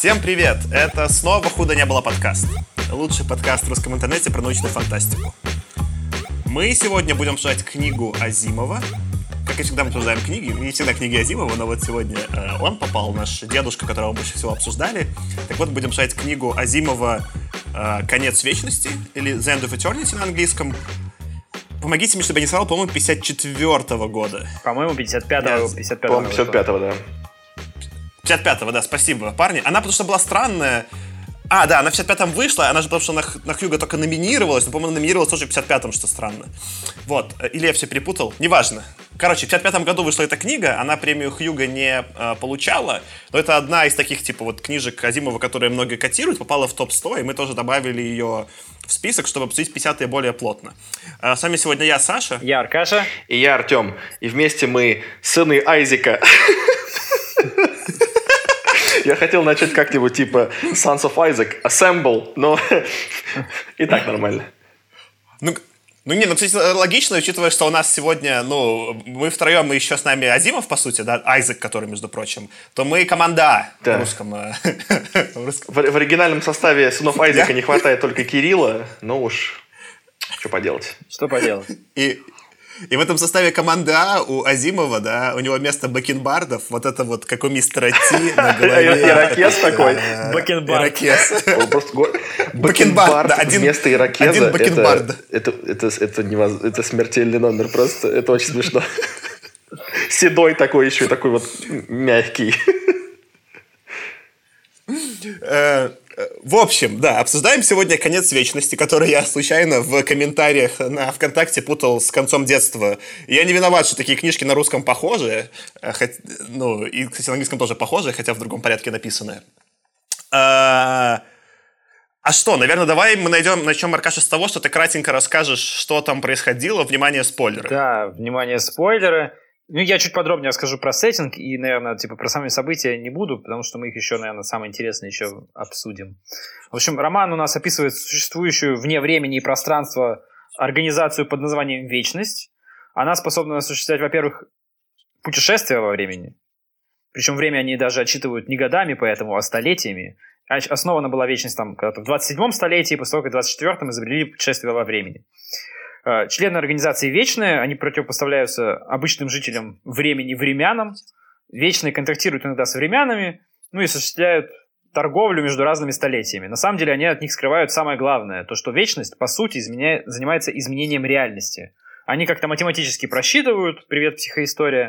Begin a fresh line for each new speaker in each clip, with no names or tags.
Всем привет! Это снова «Худо не было» подкаст. Лучший подкаст в русском интернете про научную фантастику. Мы сегодня будем обсуждать книгу Азимова. Как и всегда, мы обсуждаем книги. Не всегда книги Азимова, но вот сегодня он попал, наш дедушка, которого мы больше всего обсуждали. Так вот, будем обсуждать книгу Азимова «Конец вечности» или «The End of Eternity» на английском. Помогите мне, чтобы я не сказал, по-моему, 54-го года.
По-моему, 55-го.
55-го, да.
55-го, да, спасибо, парни. Она потому что была странная. Да, она в 55-м вышла, она же потому что на Хьюго только номинировалась, но, по-моему, номинировалась тоже в 55-м, что странно. Вот, или я все перепутал, неважно. Короче, в 55-м году вышла эта книга, она премию Хьюго не получала, но это одна из таких, типа, вот книжек Азимова, которые многие котируют, попала в топ-100, и мы тоже добавили ее в список, чтобы обсудить 50-е более плотно. С вами сегодня я, Саша.
Я, Аркаша.
И я, Артем. И вместе мы сыны Айзека. Я хотел начать как-нибудь типа Sons of Isaac, Assemble, но и так нормально.
Кстати, логично, учитывая, что у нас сегодня, мы втроем, и еще с нами Азимов, по сути, да, Айзек, который, между прочим, то мы команда А
да.
в русском.
В оригинальном составе сынов Айзека не хватает только Кирилла, но уж что поделать.
Что поделать.
И в этом составе команды А у Азимова, да, у него вместо бакенбардов вот это вот, как у мистера Ти на голове.
Ирокез такой.
Бакенбард.
Бакенбард вместо ирокеза.
Один бакенбард.
Это смертельный номер просто. Это очень смешно. Седой такой еще, такой вот мягкий.
В общем, да, обсуждаем сегодня «Конец вечности», который я случайно в комментариях на ВКонтакте путал с «Концом детства». Я не виноват, что такие книжки на русском похожи, и, кстати, на английском тоже похожи, хотя в другом порядке написаны. Что, наверное, давай мы начнем, Аркаша, с того, что ты кратенько расскажешь, что там происходило. Внимание, спойлеры.
Да, внимание, спойлеры. Я чуть подробнее расскажу про сеттинг и, наверное, про сами события не буду, потому что мы их еще, наверное, самое интересное еще обсудим. В общем, роман у нас описывает существующую вне времени и пространства организацию под названием «Вечность». Она способна осуществлять, во-первых, путешествия во времени. Причем время они даже отсчитывают не годами, поэтому, а столетиями. Основана была «Вечность» там когда-то в 27-м столетии, после того, как в 24-м изобрели путешествия во времени. Члены организации «Вечные», они противопоставляются обычным жителям времени времянам. «Вечные» контактируют иногда с времянами, и осуществляют торговлю между разными столетиями. На самом деле они от них скрывают самое главное, то, что «Вечность», по сути, занимается изменением реальности. Они как-то математически просчитывают, привет, психоистория,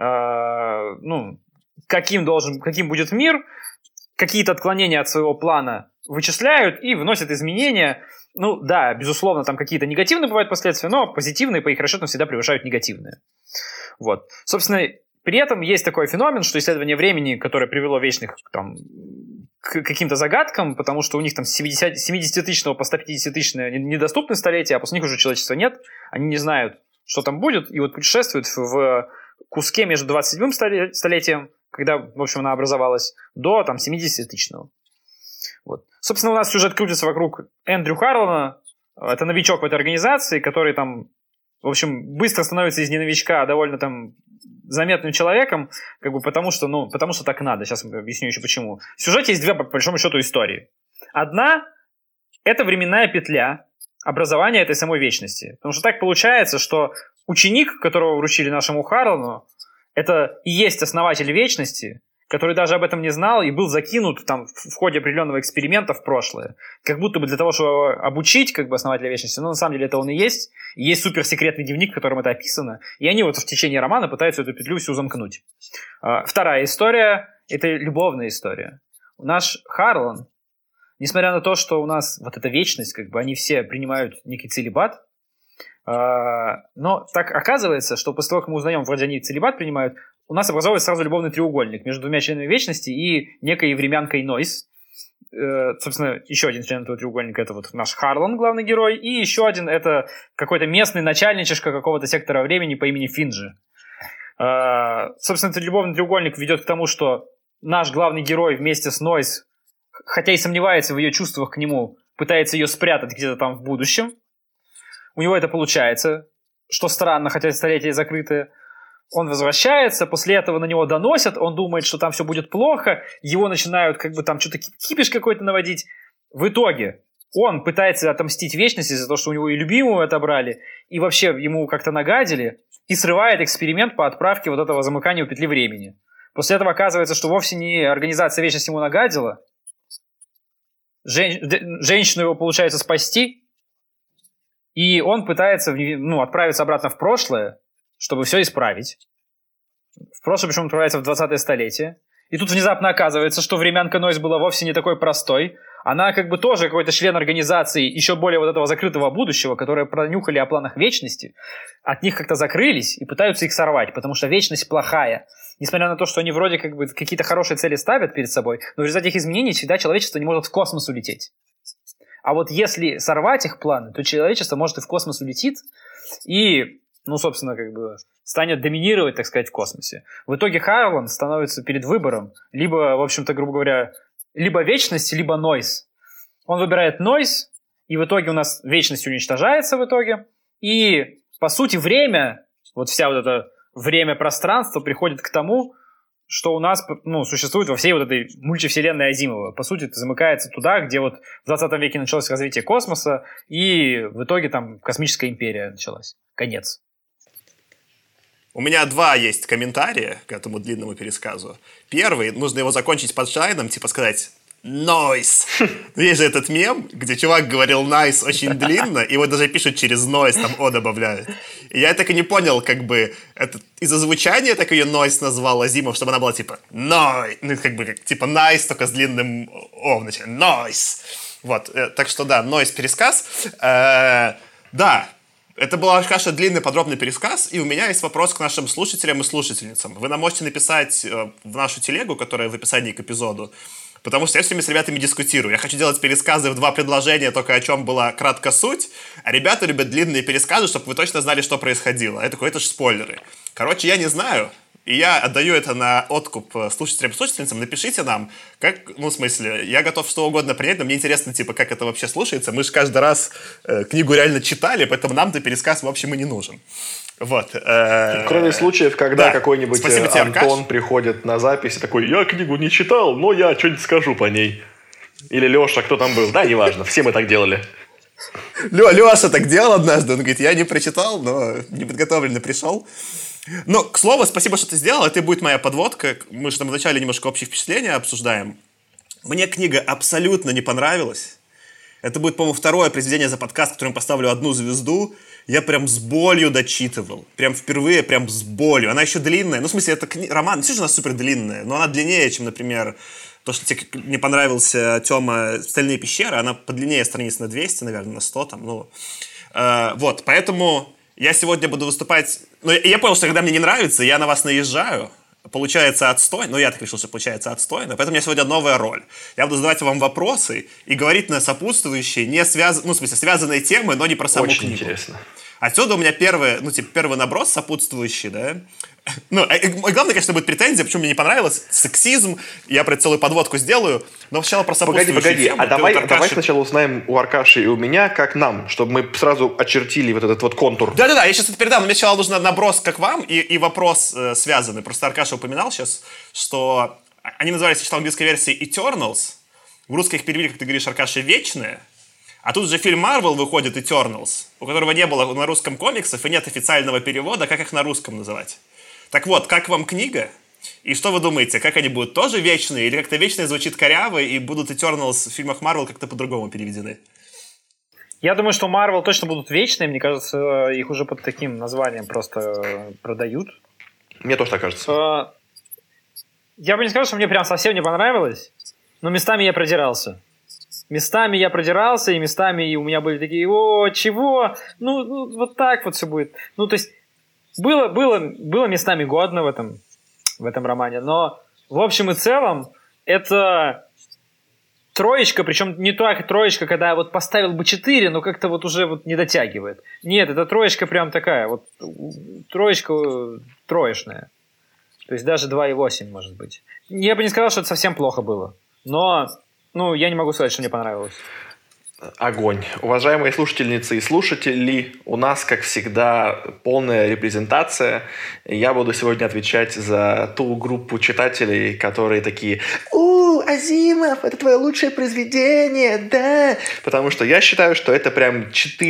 каким будет мир, какие-то отклонения от своего плана вычисляют и вносят изменения. Да, безусловно, там какие-то негативные бывают последствия, но позитивные по их расчетам всегда превышают негативные. Вот. Собственно, при этом есть такой феномен, что исследование времени, которое привело вечных к каким-то загадкам, потому что у них там с 70-тысячного по 150-тысячное недоступны столетия, а после них уже человечества нет, они не знают, что там будет, и вот путешествуют в куске между 27-м столетием, когда, в общем, она образовалась, до 70-тысячного. Вот. Собственно, у нас сюжет крутится вокруг Эндрю Харлана. Это новичок в этой организации, который в общем, быстро становится из неновичка довольно заметным человеком, потому что так надо. Сейчас объясню еще почему. В сюжете есть две, по большому счету, истории. Одна – это временная петля образования этой самой вечности. Потому что так получается, что ученик, которого вручили нашему Харлану, это и есть основатель вечности, который даже об этом не знал и был закинут в ходе определенного эксперимента в прошлое. Как будто бы для того, чтобы обучить основателя вечности, но на самом деле это он и есть. И есть суперсекретный дневник, в котором это описано. И они в течение романа пытаются эту петлю всю замкнуть. Вторая история – это любовная история. Наш Харлан, несмотря на то, что у нас вот эта вечность, они все принимают некий целибат, но так оказывается, что после того, как мы узнаем, вроде они целибат принимают, у нас образовывается сразу любовный треугольник между двумя членами вечности и некой времянкой Нойс. Собственно, еще один член этого треугольника – это вот наш Харлан, главный герой, и еще один – это какой-то местный начальничишка какого-то сектора времени по имени Финджи. Собственно, этот любовный треугольник ведет к тому, что наш главный герой вместе с Нойс, хотя и сомневается в ее чувствах к нему, пытается ее спрятать где-то там в будущем. У него это получается, что странно, хотя столетия закрыты. Он возвращается, после этого на него доносят, он думает, что там все будет плохо, его начинают как бы там что-то кипиш какой-то наводить. В итоге он пытается отомстить Вечности за то, что у него и любимую отобрали, и вообще ему как-то нагадили, и срывает эксперимент по отправке вот этого замыкания у петли времени. После этого оказывается, что вовсе не организация Вечности ему нагадила. Женщину его получается спасти, и он пытается отправиться обратно в прошлое, чтобы все исправить. В прошлое, причем, отправляется в 20-е столетие. И тут внезапно оказывается, что времянка Нойс была вовсе не такой простой. Она как бы тоже какой-то член организации еще более вот этого закрытого будущего, которые пронюхали о планах Вечности, от них как-то закрылись и пытаются их сорвать, потому что Вечность плохая. Несмотря на то, что они вроде как бы какие-то хорошие цели ставят перед собой, но в результате их изменений всегда человечество не может в космос улететь. А вот если сорвать их планы, то человечество может и в космос улетит, и, собственно, как бы станет доминировать, так сказать, в космосе. В итоге Харлан становится перед выбором либо, в общем-то, грубо говоря, либо Вечность, либо Нойс. Он выбирает Нойс, и в итоге у нас Вечность уничтожается в итоге, и, по сути, время, вот вся вот эта время-пространство приходит к тому, что у нас существует во всей вот этой мультивселенной Азимова. По сути, это замыкается туда, где вот в 20 веке началось развитие космоса, и в итоге там космическая империя началась. Конец.
У меня 2 есть комментария к этому длинному пересказу. Первый, нужно его закончить панчлайном, типа сказать «Нойс». Есть же этот мем, где чувак говорил «Найс» очень длинно, и его даже пишут через «Нойс», там «О» добавляют. И я так и не понял, как бы, это из-за звучания так ее «Нойс» назвал Азимов, чтобы она была типа «Ной», как бы, типа «Найс», только с длинным «О» в начале. «Нойс». Вот, так что да, «Нойс» пересказ. Да. Это был, Аркаша, длинный, подробный пересказ, и у меня есть вопрос к нашим слушателям и слушательницам. Вы нам можете написать в нашу телегу, которая в описании к эпизоду, потому что я все время с ребятами дискутирую. Я хочу делать пересказы в 2 предложения, только о чем была кратко суть, а ребята любят длинные пересказы, чтобы вы точно знали, что происходило. Я такой, это же спойлеры. Короче, я не знаю, и я отдаю это на откуп слушателям и слушательницам. Напишите нам, как, в смысле, я готов что угодно принять, но мне интересно, типа, как это вообще слушается. Мы же каждый раз книгу реально читали, поэтому нам-то пересказ, в общем, и не нужен. Вот.
Кроме случаев, когда какой-нибудь
Спасибо тебе,
Антон
Аркаш.
приходит на запись и такой, я книгу не читал, но я что-нибудь скажу по ней. Или Леша, кто там был. Да, неважно, все мы так делали.
Леша так делал однажды, он говорит, я не прочитал, но неподготовленно пришел. Но, к слову, спасибо, что ты сделал. Это будет моя подводка. Мы же там вначале немножко общие впечатления обсуждаем. Мне книга абсолютно не понравилась. Это будет, по-моему, 2-е произведение за подкаст, которому поставлю 1 звезду. Я прям с болью дочитывал. Прям впервые, прям с болью. Она еще длинная. В смысле, это роман. Не слушай, она супер длинная, но она длиннее, чем, например, то, что тебе не понравился Тёма «Стальные пещеры». Она подлиннее страниц на 200, наверное, на 100 там. Вот, поэтому... Я сегодня буду выступать... я понял, что когда мне не нравится, я на вас наезжаю. Получается отстой. Я так решил, что получается отстойно. Поэтому у меня сегодня новая роль. Я буду задавать вам вопросы и говорить на сопутствующие, связанные темы, но не про саму книгу.
Очень интересно.
Отсюда у меня первый наброс сопутствующий, да. Главное, конечно, будет претензия, почему мне не понравилось. Сексизм. Я про это целую подводку сделаю. Но сначала про сопутствующие
Погоди.
темы.
А давай сначала узнаем у Аркаши и у меня, как нам, чтобы мы сразу очертили вот этот вот контур.
Да, я сейчас это передам. Но мне сначала нужен наброс, как вам, и вопрос связанный. Просто Аркаша упоминал сейчас, что они назывались, я читал в английской версии, Eternals. В русской их перевели, как ты говоришь, Аркаша, Вечные. А тут же фильм Marvel выходит, Eternals, у которого не было на русском комиксов и нет официального перевода, как их на русском называть. Так вот, как вам книга? И что вы думаете, как они будут тоже вечные? Или как-то вечные звучит коряво, и будут Eternals в фильмах Marvel как-то по-другому переведены?
Я думаю, что Marvel точно будут вечные. Мне кажется, их уже под таким названием просто продают.
Мне тоже так кажется.
Я бы не сказал, что мне прям совсем не понравилось, но местами я продирался. И местами у меня были такие, чего? Вот так вот все будет. То есть, было местами годно в этом романе, но в общем и целом это 3, причем не так 3, когда вот поставил бы 4, но как-то вот уже вот не дотягивает. Нет, это 3 прям такая, вот 3 троечная. То есть даже 2,8 может быть. Я бы не сказал, что это совсем плохо было, но... я не могу сказать, что мне понравилось.
Огонь. Уважаемые слушательницы и слушатели, у нас, как всегда, полная репрезентация. Я буду сегодня отвечать за ту группу читателей, которые такие: Азимов, это твое лучшее произведение, да!» Потому что я считаю, что это прям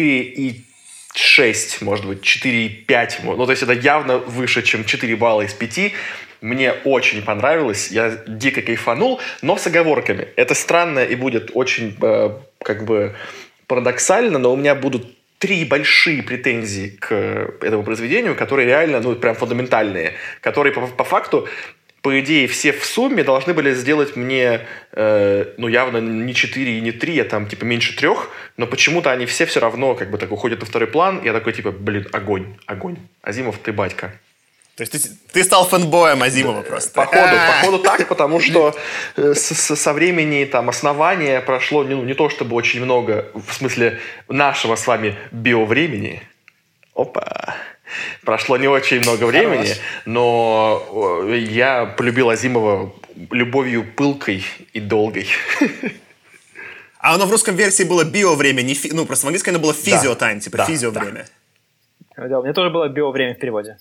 4,6, может быть, 4,5. Ну, то есть это явно выше, чем 4 балла из 5. Мне очень понравилось, я дико кайфанул, но с оговорками. Это странно и будет очень, как бы, парадоксально, но у меня будут 3 большие претензии к этому произведению, которые реально, ну, прям фундаментальные, которые по факту, по идее, все в сумме должны были сделать мне, ну, явно не 4 и не 3, а там, типа, меньше 3, но почему-то они все равно, как бы, так уходят на второй план. Я такой, типа, блин, огонь. Азимов, ты батька.
То есть ты стал фэнбоем Азимова просто.
Походу так, потому что со времени там основания прошло не то чтобы очень много, в смысле нашего с вами биовремени. Прошло не очень много времени, но я полюбил Азимова любовью пылкой и долгой.
А оно в русском версии было биовремя, ну просто в английском оно было физиотайм, типа физиовремя.
Да, у меня тоже было биовремя в переводе.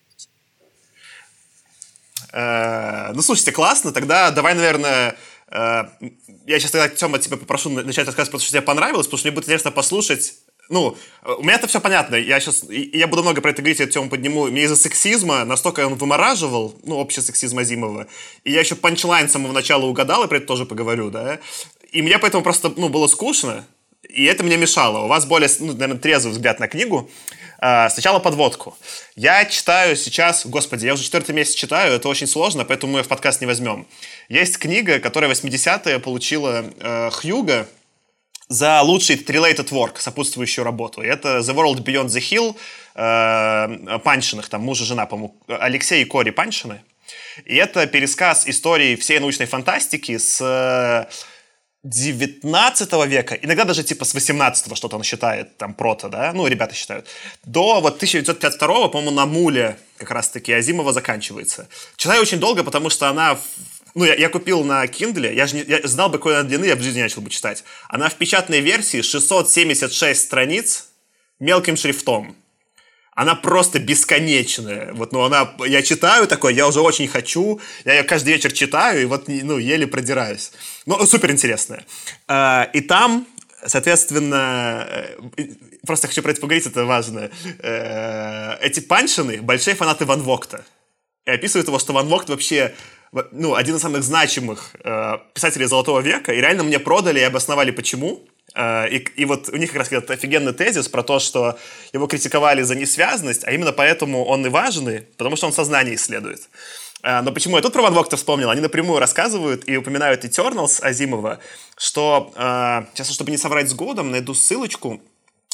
Ну, слушайте, классно. Тогда давай, наверное, я сейчас тогда, Тёма, тебя попрошу начать рассказывать, потому что тебе понравилось, потому что мне будет интересно послушать. Ну, у меня это все понятно. Я буду много про это говорить, я Тёму подниму. Мне из-за сексизма настолько он вымораживал, ну, общий сексизм Азимова. И я еще панчлайн с самого начала угадал, и про это тоже поговорю, да. И мне поэтому просто, ну, было скучно, и это мне мешало. У вас более, ну, наверное, трезвый взгляд на книгу. Сначала подводку. Я читаю сейчас, господи, я уже 4-й месяц читаю, это очень сложно, поэтому мы ее в подкаст не возьмем. Есть книга, которая в 80-е получила Хьюго за лучший related work, сопутствующую работу. И это The World Beyond the Hill Паньшиных, там муж и жена, по-моему, Алексей и Кори Паньшины. И это пересказ истории всей научной фантастики с 19 века, иногда даже типа с 18-го что-то он считает, там, прото, да, ну, ребята считают, до вот 1952-го, по-моему, на Муле как раз-таки Азимова заканчивается. Читаю очень долго, потому что она, ну, я купил на Kindle, я знал бы, какой она длины, я в жизни начал бы читать. Она в печатной версии 676 страниц мелким шрифтом. Она просто бесконечная. Вот, ну, я читаю такое, я уже очень хочу, я ее каждый вечер читаю, и вот, ну, еле продираюсь. Ну, супер интересная. И там, соответственно, просто хочу про это поговорить, это важно. Эти Паньшины большие фанаты Ван Вогта. И описывают его, что Ван Вогт вообще, ну, один из самых значимых писателей Золотого века, и реально мне продали и обосновали, почему. И вот у них как раз этот офигенный тезис про то, что его критиковали за несвязанность, а именно поэтому он и важный, потому что он сознание исследует. Но почему я тут про Ван Вогта вспомнил? Они напрямую рассказывают и упоминают Eternals Азимова, что, сейчас, чтобы не соврать с годом, найду ссылочку,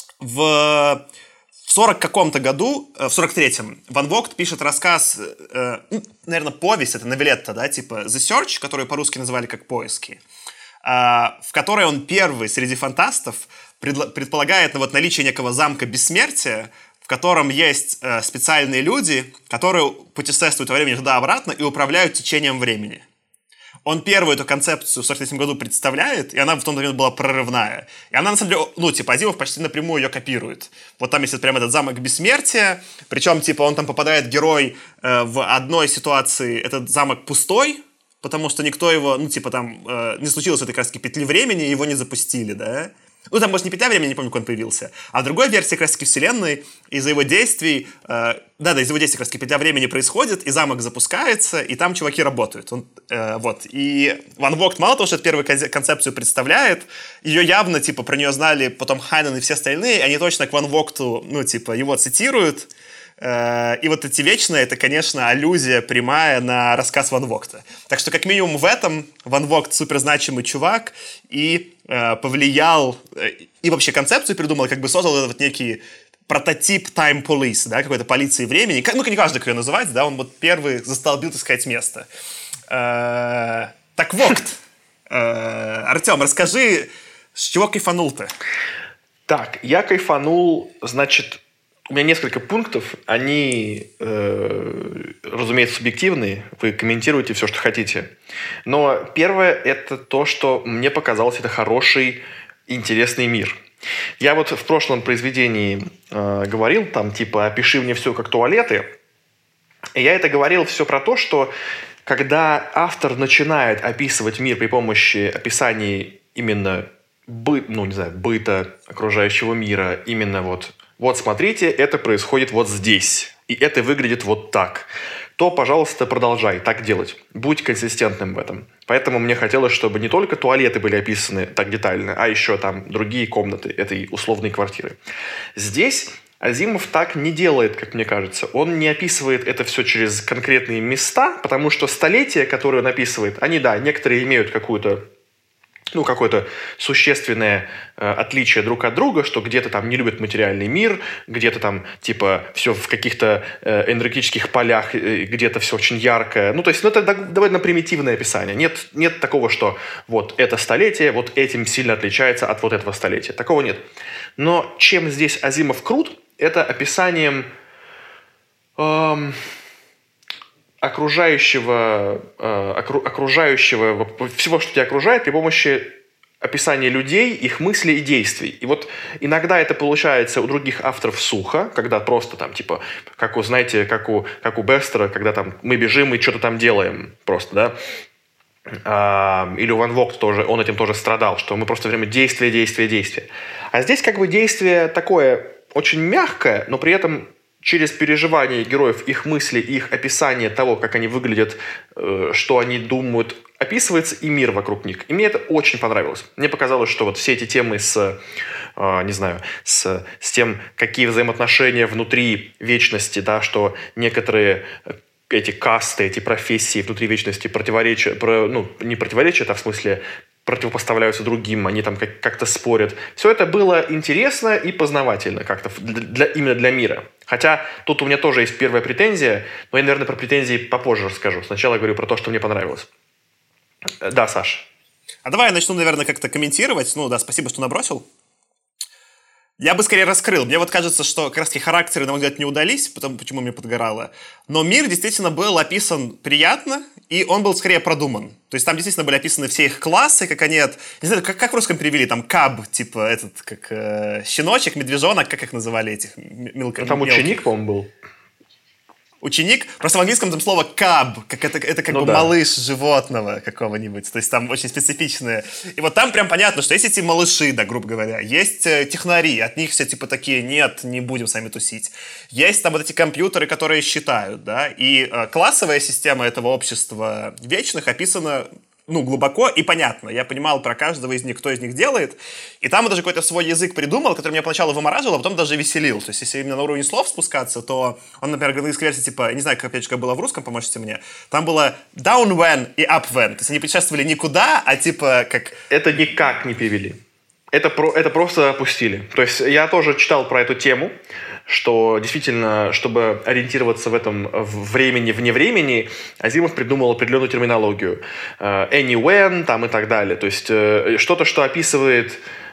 в 40 каком-то году, в 43-м, Ван Вогт пишет рассказ, наверное, повесть, это новелетта, да, типа The Search, которую по-русски называли как «Поиски», в которой он первый среди фантастов предполагает вот наличие некого замка бессмертия, в котором есть специальные люди, которые путешествуют во времени туда-обратно и управляют течением времени. Он первую эту концепцию в 43 году представляет, и она в тот момент была прорывная. И она, на самом деле, ну, типа, Азимов почти напрямую ее копирует. Вот там есть вот прям этот замок бессмертия, причем, типа, он там попадает, герой, в одной ситуации, этот замок пустой, потому что никто его, ну, типа, там, не случилось этой, как раз таки, петли времени, его не запустили, да? Ну, там, может, не петля времени, не помню, как он появился. А в другой версии, как раз таки, вселенной, из-за его действий, из-за его действий, как раз таки, петля времени происходит, и замок запускается, и там чуваки работают. Вот. И Ван Вогт мало того, что это первую концепцию представляет, ее явно, типа, про нее знали потом Хайнен и все остальные, они точно к Ван Вогту, ну, типа, его цитируют. И вот эти вечные, это, конечно, аллюзия прямая на рассказ Ван Вогта. Так что, как минимум, в этом Ван Вогт суперзначимый чувак и повлиял, и вообще концепцию придумал, как бы создал этот вот некий прототип Time Police, да, какой-то полиции времени. Ну, не каждый, как ее называть, да, он вот первый застолбил, так сказать, место. Так, Вогт. Артем, расскажи, с чего кайфанул-то?
Так, я кайфанул, значит... У меня несколько пунктов, они, разумеется, субъективные, вы комментируете все, что хотите. Но первое – это то, что мне показалось, это хороший интересный мир. Я вот в прошлом произведении говорил, там, типа, опиши мне все как туалеты. И я это говорил все про то, что когда автор начинает описывать мир при помощи описаний именно быта окружающего мира, именно вот смотрите, это происходит вот здесь, и это выглядит вот так, то, пожалуйста, продолжай так делать. Будь консистентным в этом. Поэтому мне хотелось, чтобы не только туалеты были описаны так детально, а еще там другие комнаты этой условной квартиры. Здесь Азимов так не делает, как мне кажется. Он не описывает это все через конкретные места, потому что столетия, которые он описывает, они, да, некоторые имеют какое-то существенное отличие друг от друга, что где-то там не любят материальный мир, где-то там типа все в каких-то энергетических полях, где-то все очень яркое. Ну, то есть, это довольно примитивное описание. Нет такого, что вот это столетие вот этим сильно отличается от вот этого столетия. Такого нет. Но чем здесь Азимов крут, это описанием окружающего, всего, что тебя окружает, при помощи описания людей, их мыслей и действий. И вот иногда это получается у других авторов сухо, когда просто там, типа, как у Бестера, когда там мы бежим и что-то там делаем просто, да. Или у Ван Вогта тоже, он этим тоже страдал, что мы просто время действия. А здесь как бы действие такое очень мягкое, но при этом через переживания героев, их мысли, их описание того, как они выглядят, что они думают, описывается и мир вокруг них. И мне это очень понравилось. Мне показалось, что вот все эти темы с тем, какие взаимоотношения внутри вечности, да, что некоторые эти касты, эти профессии внутри вечности не противоречат, а в смысле противопоставляются другим, они там как-то спорят. Все это было интересно и познавательно как-то именно для мира. Хотя тут у меня тоже есть первая претензия, но я, наверное, про претензии попозже расскажу. Сначала я говорю про то, что мне понравилось. Да, Саш.
А давай я начну, наверное, как-то комментировать. Ну да, спасибо, что набросил. Я бы скорее раскрыл. Мне вот кажется, что как раз-таки характеры, на мой взгляд, не удались, потому почему мне подгорало. Но мир действительно был описан приятно, и он был скорее продуман. То есть там действительно были описаны все их классы, как они не знаю, как в русском перевели, там каб, типа щеночек, медвежонок, как их называли этих мелких.
Там ученик, по-моему, был.
Ученик, просто в английском там слово cub, как это как бы да. Малыш животного какого-нибудь, то есть там очень специфичные. И вот там прям понятно, что есть эти малыши, да, грубо говоря, есть технари, от них все типа такие, нет, не будем с вами тусить. Есть там вот эти компьютеры, которые считают, да, и классовая система этого общества вечных описана глубоко и понятно. Я понимал про каждого из них, кто из них делает. И там я даже какой-то свой язык придумал, который меня поначалу вымораживал, а потом даже веселил. То есть, если именно на уровне слов спускаться, то он, например, в английской версии, типа, не знаю, как было в русском, поможете мне, там было down when и up when. То есть, они путешествовали никуда, а типа как...
Это никак не перевели. Это просто опустили. То есть, я тоже читал про эту тему, что действительно, чтобы ориентироваться в этом времени, вне времени, Азимов придумал определенную терминологию. Any-when, там и так далее. То есть что-то, что описывает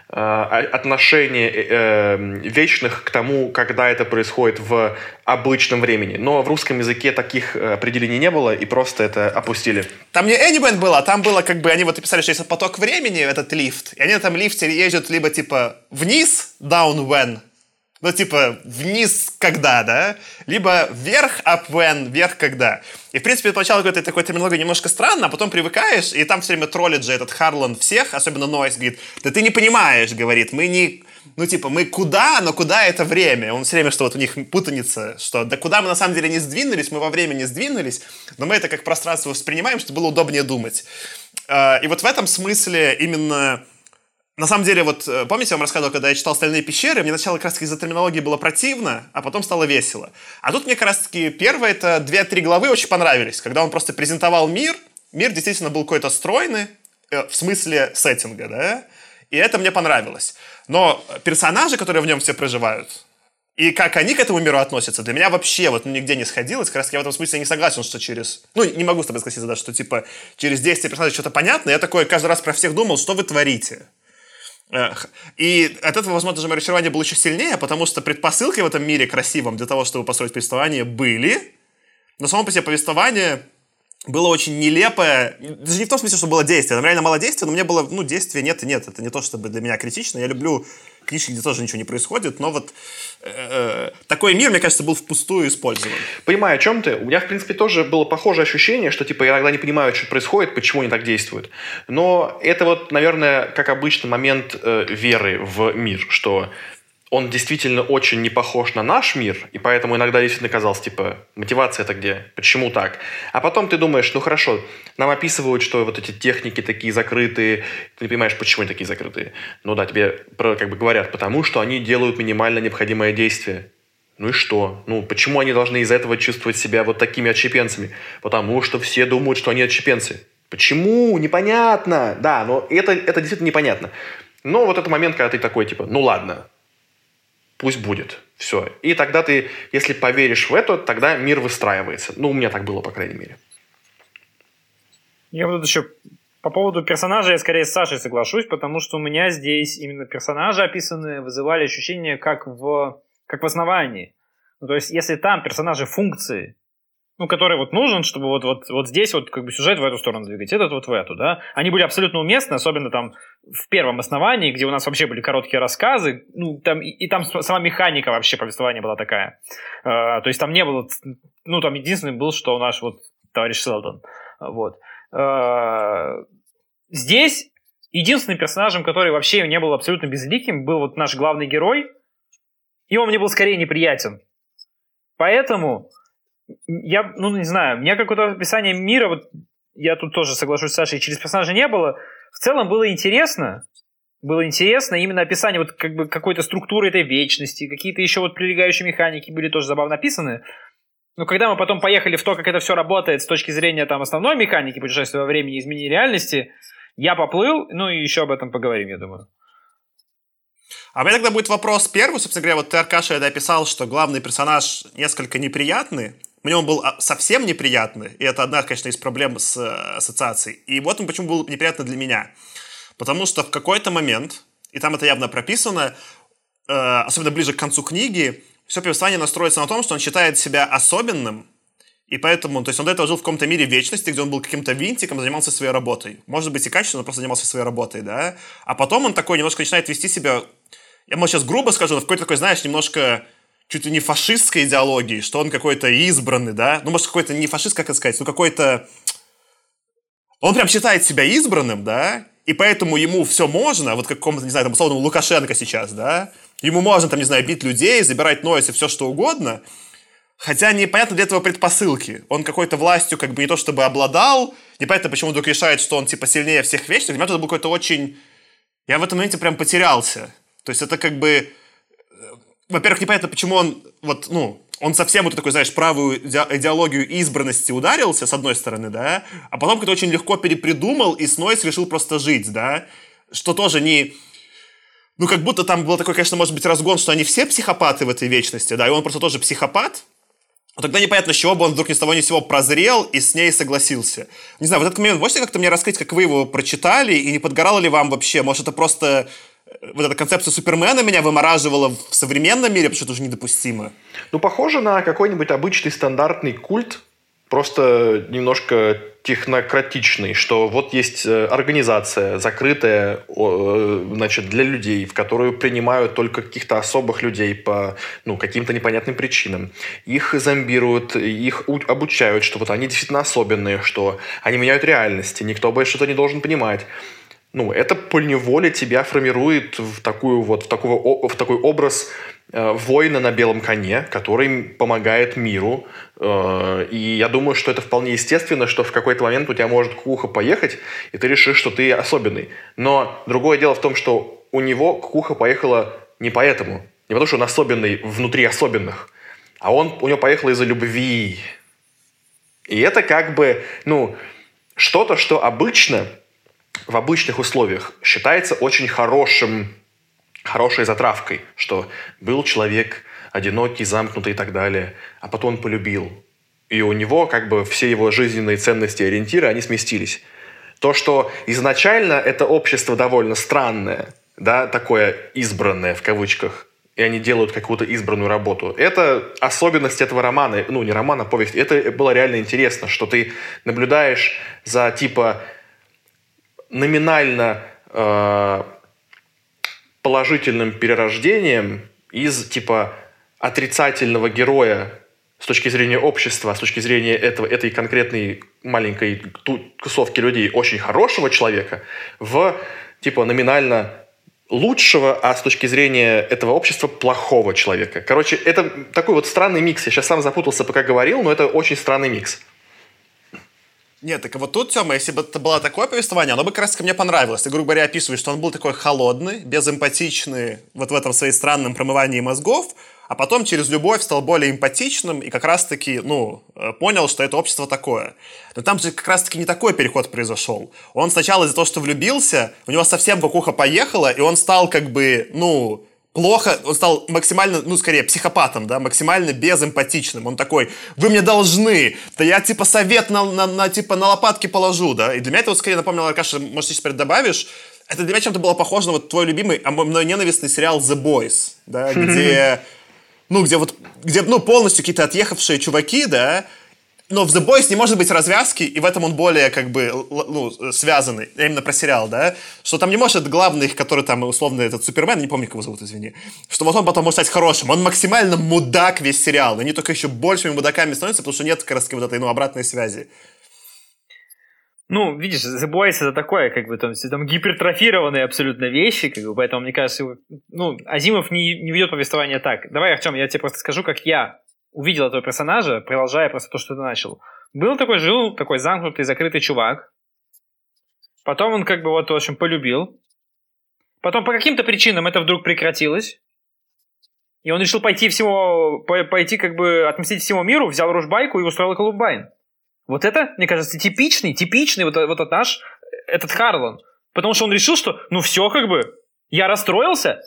отношение вечных к тому, когда это происходит в обычном времени. Но в русском языке таких определений не было, и просто это опустили.
Там не any-when было, а там было как бы, они вот описали, что есть поток времени, этот лифт, и они на этом лифте ездят либо типа вниз, down when, ну, типа, вниз когда, да? Либо вверх, up when, вверх когда. И, в принципе, поначалу какой-то такой терминология немножко странно, а потом привыкаешь, и там все время троллит же этот Харлан всех, особенно Нойс, говорит, да ты не понимаешь, говорит, мы не... Ну, типа, мы куда, но куда это время? Он все время, что вот у них путаница, что да куда мы на самом деле не сдвинулись, мы во времени сдвинулись, но мы это как пространство воспринимаем, чтобы было удобнее думать. И вот в этом смысле именно... На самом деле, вот помните, я вам рассказывал, когда я читал «Стальные пещеры», мне сначала как раз-таки из-за терминологии было противно, а потом стало весело. А тут мне как раз-таки первые это 2-3 главы очень понравились, когда он просто презентовал мир. Мир действительно был какой-то стройный, в смысле сеттинга, да, и это мне понравилось. Но персонажи, которые в нем все проживают, и как они к этому миру относятся, для меня вообще вот нигде не сходилось. Как раз я в этом смысле не согласен, что через... Ну, не могу с тобой согласиться, да, что типа через действия персонажей что-то понятно. Я такой каждый раз про всех думал, что вы творите. И от этого, возможно, даже мое разочарование было еще сильнее, потому что предпосылки в этом мире красивом для того, чтобы построить повествование, были. Но само по себе повествование было очень нелепое. Даже не в том смысле, что было действие. Там реально мало действия, но мне было, действия нет и нет. Это не то, чтобы для меня критично. Я люблю книжки, где тоже ничего не происходит, но вот такой мир, мне кажется, был впустую использован.
Понимаю, о чем ты. У меня, в принципе, тоже было похожее ощущение, что, типа, я иногда не понимаю, что происходит, почему они так действуют. Но это вот, наверное, как обычно, момент веры в мир, что он действительно очень не похож на наш мир, и поэтому иногда действительно казалось, типа, мотивация-то где? Почему так? А потом ты думаешь, хорошо, нам описывают, что вот эти техники такие закрытые, ты не понимаешь, почему они такие закрытые. Ну да, тебе как бы говорят, потому что они делают минимально необходимое действие. Ну и что? Почему они должны из-за этого чувствовать себя вот такими отщепенцами? Потому что все думают, что они отщепенцы. Почему? Непонятно. Да, но это действительно непонятно. Но вот этот момент, когда ты такой, типа, ладно, пусть будет. Все. И тогда ты, если поверишь в это, тогда мир выстраивается. У меня так было, по крайней мере.
Я вот еще по поводу персонажа я скорее с Сашей соглашусь, потому что у меня здесь именно персонажи описанные вызывали ощущение как в основании. То есть, если там персонажи функции, который вот нужен, чтобы вот здесь вот как бы сюжет в эту сторону двигать, этот вот в эту, да, они были абсолютно уместны, особенно там в первом основании, где у нас вообще были короткие рассказы, там сама механика вообще повествования была такая. То есть там не было, там единственный был, что у нас вот товарищ Селдон. Вот. Здесь единственным персонажем, который вообще не был абсолютно безликим, был вот наш главный герой, и он мне был скорее неприятен. Поэтому я, не знаю, у меня какое-то описание мира, вот я тут тоже соглашусь с Сашей, через персонажа не было. В целом было интересно именно описание вот как бы какой-то структуры этой вечности, какие-то еще вот прилегающие механики были тоже забавно описаны. Но когда мы потом поехали в то, как это все работает с точки зрения там основной механики путешествия во времени и изменения реальности, я поплыл, и еще об этом поговорим, я думаю.
А у меня тогда будет вопрос первый. Собственно говоря, вот ты, Аркаша, это описал, что главный персонаж несколько неприятный. Мне он был совсем неприятный, и это одна, конечно, из проблем с ассоциацией. И вот он почему был неприятный для меня. Потому что в какой-то момент, и там это явно прописано, особенно ближе к концу книги, все повествование настроится на том, что он считает себя особенным, и поэтому, то есть он до этого жил в каком-то мире вечности, где он был каким-то винтиком, занимался своей работой. Может быть и качественно, но просто занимался своей работой, да. А потом он такой немножко начинает вести себя, я, может, сейчас грубо скажу, но в какой-то такой, знаешь, немножко чуть ли не фашистской идеологии, что он какой-то избранный, да. Может, какой-то не фашист, как это сказать, какой-то... Он прям считает себя избранным, да, и поэтому ему все можно, вот какому-то, не знаю, там, условно, Лукашенко сейчас, да, ему можно, там, не знаю, бить людей, забирать нойс и все что угодно, хотя непонятно для этого предпосылки. Он какой-то властью как бы не то чтобы обладал, непонятно, почему он вдруг решает, что он, типа, сильнее всех вечных. Для меня это был какой-то очень... Я в этом моменте прям потерялся. То есть это как бы... Во-первых, непонятно, почему он вот, он совсем вот такой, знаешь, правую идеологию избранности ударился, с одной стороны, да, а потом как-то очень легко перепридумал и с Нойс решил просто жить, да, что тоже не... как будто там был такой, конечно, может быть, разгон, что они все психопаты в этой вечности, да, и он просто тоже психопат. Но тогда непонятно, с чего бы он вдруг ни с того ни с сего прозрел и с ней согласился. Не знаю, вот этот момент можете как-то мне раскрыть, как вы его прочитали, и не подгорало ли вам вообще? Может, это просто... Вот эта концепция Супермена меня вымораживала в современном мире, потому что это уже недопустимо.
Похоже на какой-нибудь обычный стандартный культ, просто немножко технократичный, что вот есть организация закрытая, значит, для людей, в которую принимают только каких-то особых людей по каким-то непонятным причинам. Их зомбируют, их обучают, что вот они действительно особенные, что они меняют реальность, и никто больше что-то не должен понимать. Это поневоле тебя формирует в такой образ воина на белом коне, который помогает миру. И я думаю, что это вполне естественно, что в какой-то момент у тебя может кукуха поехать, и ты решишь, что ты особенный. Но другое дело в том, что у него кукуха поехала не поэтому. Не потому, что он особенный внутри особенных, а у него поехало из-за любви. И это как бы, что-то, что обычно... в обычных условиях считается очень хорошей затравкой, что был человек одинокий, замкнутый и так далее, а потом он полюбил. И у него как бы все его жизненные ценности и ориентиры, они сместились. То, что изначально это общество довольно странное, да, такое избранное в кавычках, и они делают какую-то избранную работу. Это особенность этого романа, ну, не романа, а повести. Это было реально интересно, что ты наблюдаешь за, типа, номинально положительным перерождением из, типа, отрицательного героя с точки зрения общества, с точки зрения этой конкретной маленькой тусовки людей очень хорошего человека в, типа, номинально лучшего, а с точки зрения этого общества плохого человека. Короче, это такой вот странный микс. Я сейчас сам запутался, пока говорил, но это очень странный микс.
Нет, так вот тут, Тёма, если бы это было такое повествование, оно бы как раз мне понравилось. Ты, грубо говоря, описываешь, что он был такой холодный, безэмпатичный, вот в этом своей странном промывании мозгов, а потом через любовь стал более эмпатичным и как раз-таки, понял, что это общество такое. Но там же как раз-таки не такой переход произошел. Он сначала из-за того, что влюбился, у него совсем кукуха поехала, и он стал как бы, плохо, он стал максимально, скорее, психопатом, да, максимально безэмпатичным. Он такой, вы мне должны, да я, типа, совет на лопатки положу, да. И для меня это вот скорее напомнило, Аркаша, может, ты теперь добавишь, это для меня чем-то было похоже на вот твой любимый, а мной ненавистный сериал The Boys, да, где полностью какие-то отъехавшие чуваки, да, но в The Boys не может быть развязки, и в этом он более, как бы, связанный. Я именно про сериал, да? Что там не может главный, который там, условно, этот Супермен, не помню, как его зовут, извини, что вот он потом может стать хорошим. Он максимально мудак весь сериал. Они только еще большими мудаками становятся, потому что нет как раз вот этой, обратной связи.
Видишь, The Boys это такое, как бы, там гипертрофированные абсолютно вещи, как бы, поэтому, мне кажется, Азимов не ведет повествование так. Давай, Артем, я тебе просто скажу, как я увидел этого персонажа, продолжая просто то, что ты начал. Жил такой замкнутый, закрытый чувак. Потом он как бы в общем, полюбил. Потом по каким-то причинам это вдруг прекратилось. И он решил пойти как бы отмстить всему миру, взял ружбайку и устроил Колумбайн. Вот это, мне кажется, типичный вот этот наш, этот Харлан. Потому что он решил, что, все как бы, я расстроился,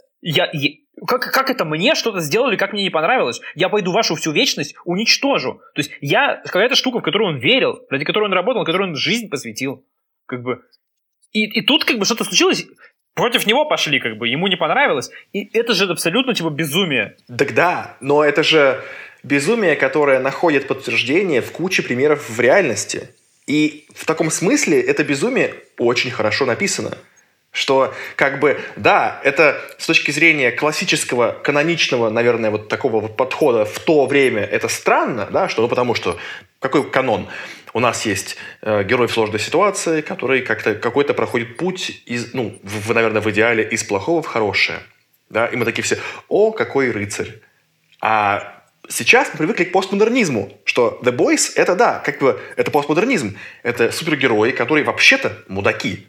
как это мне что-то сделали, как мне не понравилось? Я пойду вашу всю вечность уничтожу. То есть какая-то штука, в которую он верил, ради которой он работал, которой он жизнь посвятил. Как бы. И тут как бы что-то случилось, против него пошли, как бы, ему не понравилось. И это же абсолютно типа безумие.
Так да, но это же безумие, которое находит подтверждение в куче примеров в реальности. И в таком смысле это безумие очень хорошо написано. Что, как бы, да, это с точки зрения классического, каноничного, наверное, вот такого вот подхода в то время это странно, да, потому что какой канон? У нас есть герой в сложной ситуации, который какой-то проходит путь наверное, в идеале из плохого в хорошее. Да, и мы такие все, какой рыцарь. А сейчас мы привыкли к постмодернизму, что The Boys это, да, как бы, это постмодернизм. Это супергерои, которые вообще-то мудаки.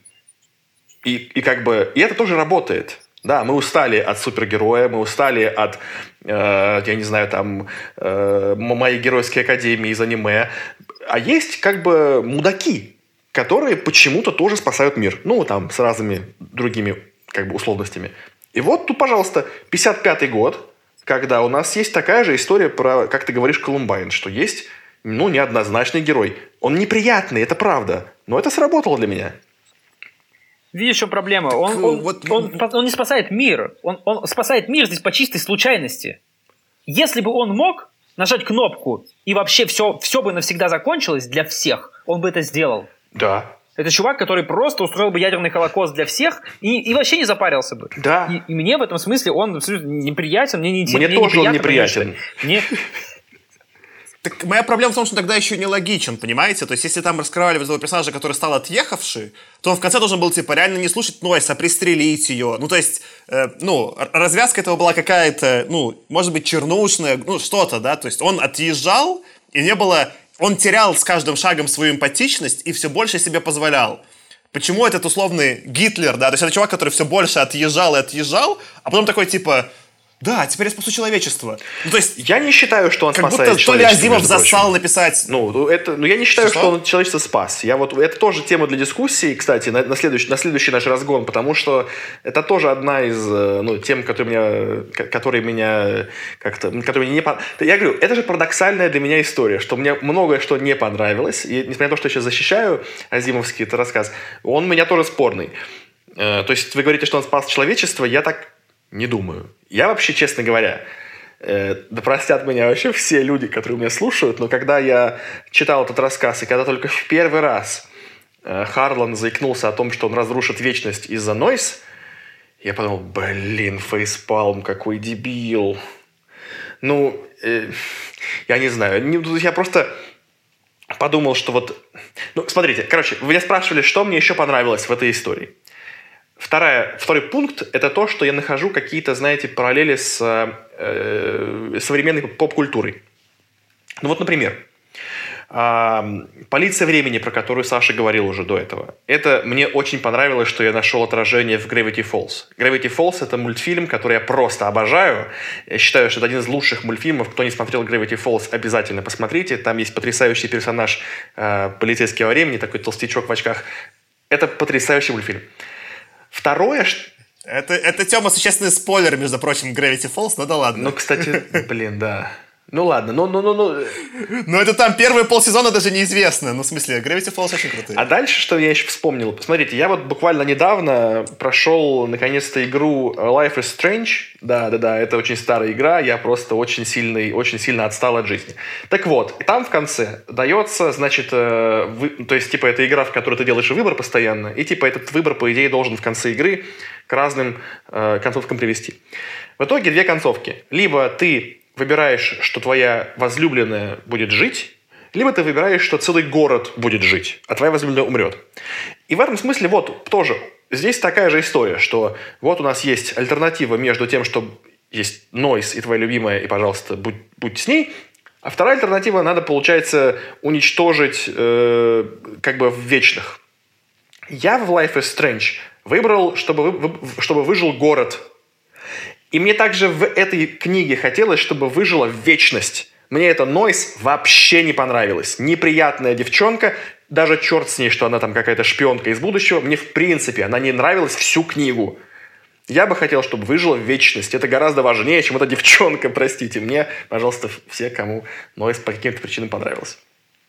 И это тоже работает. Да, мы устали от супергероя, мы устали от, моей геройской академии из аниме. А есть как бы мудаки, которые почему-то тоже спасают мир. С разными другими как бы условностями. И вот тут, пожалуйста, 55-й год, когда у нас есть такая же история про, как ты говоришь, Колумбайн, что есть, неоднозначный герой. Он неприятный, это правда, но это сработало для меня.
Видишь, в чем проблема? Он не спасает мир. Он спасает мир здесь по чистой случайности. Если бы он мог нажать кнопку, и вообще все бы навсегда закончилось для всех, он бы это сделал.
Да.
Это чувак, который просто устроил бы ядерный холокост для всех и вообще не запарился бы.
Да.
И мне в этом смысле он абсолютно неприятен. Мне
тоже он неприятен.
Так моя проблема в том, что он тогда еще не логичен, понимаете? То есть, если там раскрывали вот этого персонажа, который стал отъехавший, то он в конце должен был, реально не слушать Нойса, а пристрелить ее. Развязка этого была какая-то, может быть, чернушная, что-то, да? То есть, он отъезжал, и не было... Он терял с каждым шагом свою эмпатичность и все больше себе позволял. Почему этот условный Гитлер, да? То есть, это чувак, который все больше отъезжал, а потом такой, типа... Да, теперь я спасу человечество. То есть,
я не считаю, что он спасает человечество.
То ли Азимов засал написать.
Я не считаю, что он человечество спас. Это тоже тема для дискуссии, кстати, на следующий наш разгон, потому что это тоже одна из тем, которые меня как-то... Я говорю, это же парадоксальная для меня история, что мне многое что не понравилось, и несмотря на то, что я сейчас защищаю азимовский этот рассказ, он у меня тоже спорный. То есть вы говорите, что он спас человечество, я так Не думаю. Я вообще, честно говоря, да простят меня вообще все люди, которые меня слушают, но когда я читал этот рассказ, и когда только в первый раз Харлан заикнулся о том, что он разрушит вечность из-за Нойс, я подумал, блин, фейспалм, какой дебил. Ну, я не знаю. Я просто подумал, что вот... Ну, смотрите, короче, вы меня спрашивали, что мне еще понравилось в этой истории. Второй пункт – это то, что я нахожу какие-то, знаете, параллели с современной поп-культурой. Ну вот, например, «Полиция времени», про которую Саша говорил уже до этого. Это мне очень понравилось, что я нашел отражение в Gravity Falls. Gravity Falls – это мультфильм, который я просто обожаю. Я считаю, что это один из лучших мультфильмов. Кто не смотрел Gravity Falls, обязательно посмотрите. Там есть потрясающий персонаж полицейского времени, такой толстячок в очках. Это потрясающий мультфильм. Второе...
Это, Тёма, существенный спойлер, между прочим, Gravity Falls, ну да ладно.
Ну, кстати, блин, да. Ну, ладно, ну.
Ну, это там первые полсезона даже неизвестно. Ну, в смысле, Gravity Falls очень крутые.
А дальше, что я еще вспомнил. Посмотрите, я вот буквально недавно прошел, наконец-то, игру Life is Strange. Да, это очень старая игра. Я просто очень сильно отстал от жизни. Так вот, и там в конце дается, значит, то есть, типа, это игра, в которой ты делаешь выбор постоянно, и, типа, этот выбор, по идее, должен в конце игры к разным концовкам привести. В итоге две концовки. Либо ты выбираешь, что твоя возлюбленная будет жить, либо ты выбираешь, что целый город будет жить, а твоя возлюбленная умрет. И в этом смысле вот тоже здесь такая же история, что вот у нас есть альтернатива между тем, что есть Нойс и твоя любимая, и, пожалуйста, будь с ней, а вторая альтернатива надо, получается, уничтожить как бы в вечных. Я в Life is Strange выбрал, чтобы выжил город. И мне также в этой книге хотелось, чтобы выжила вечность. Мне эта Нойс вообще не понравилась. Неприятная девчонка, даже черт с ней, что она там какая-то шпионка из будущего. Мне в принципе она не нравилась всю книгу. Я бы хотел, чтобы выжила вечность. Это гораздо важнее, чем эта девчонка, простите. Мне, пожалуйста, все, кому Нойс по каким-то причинам понравилась.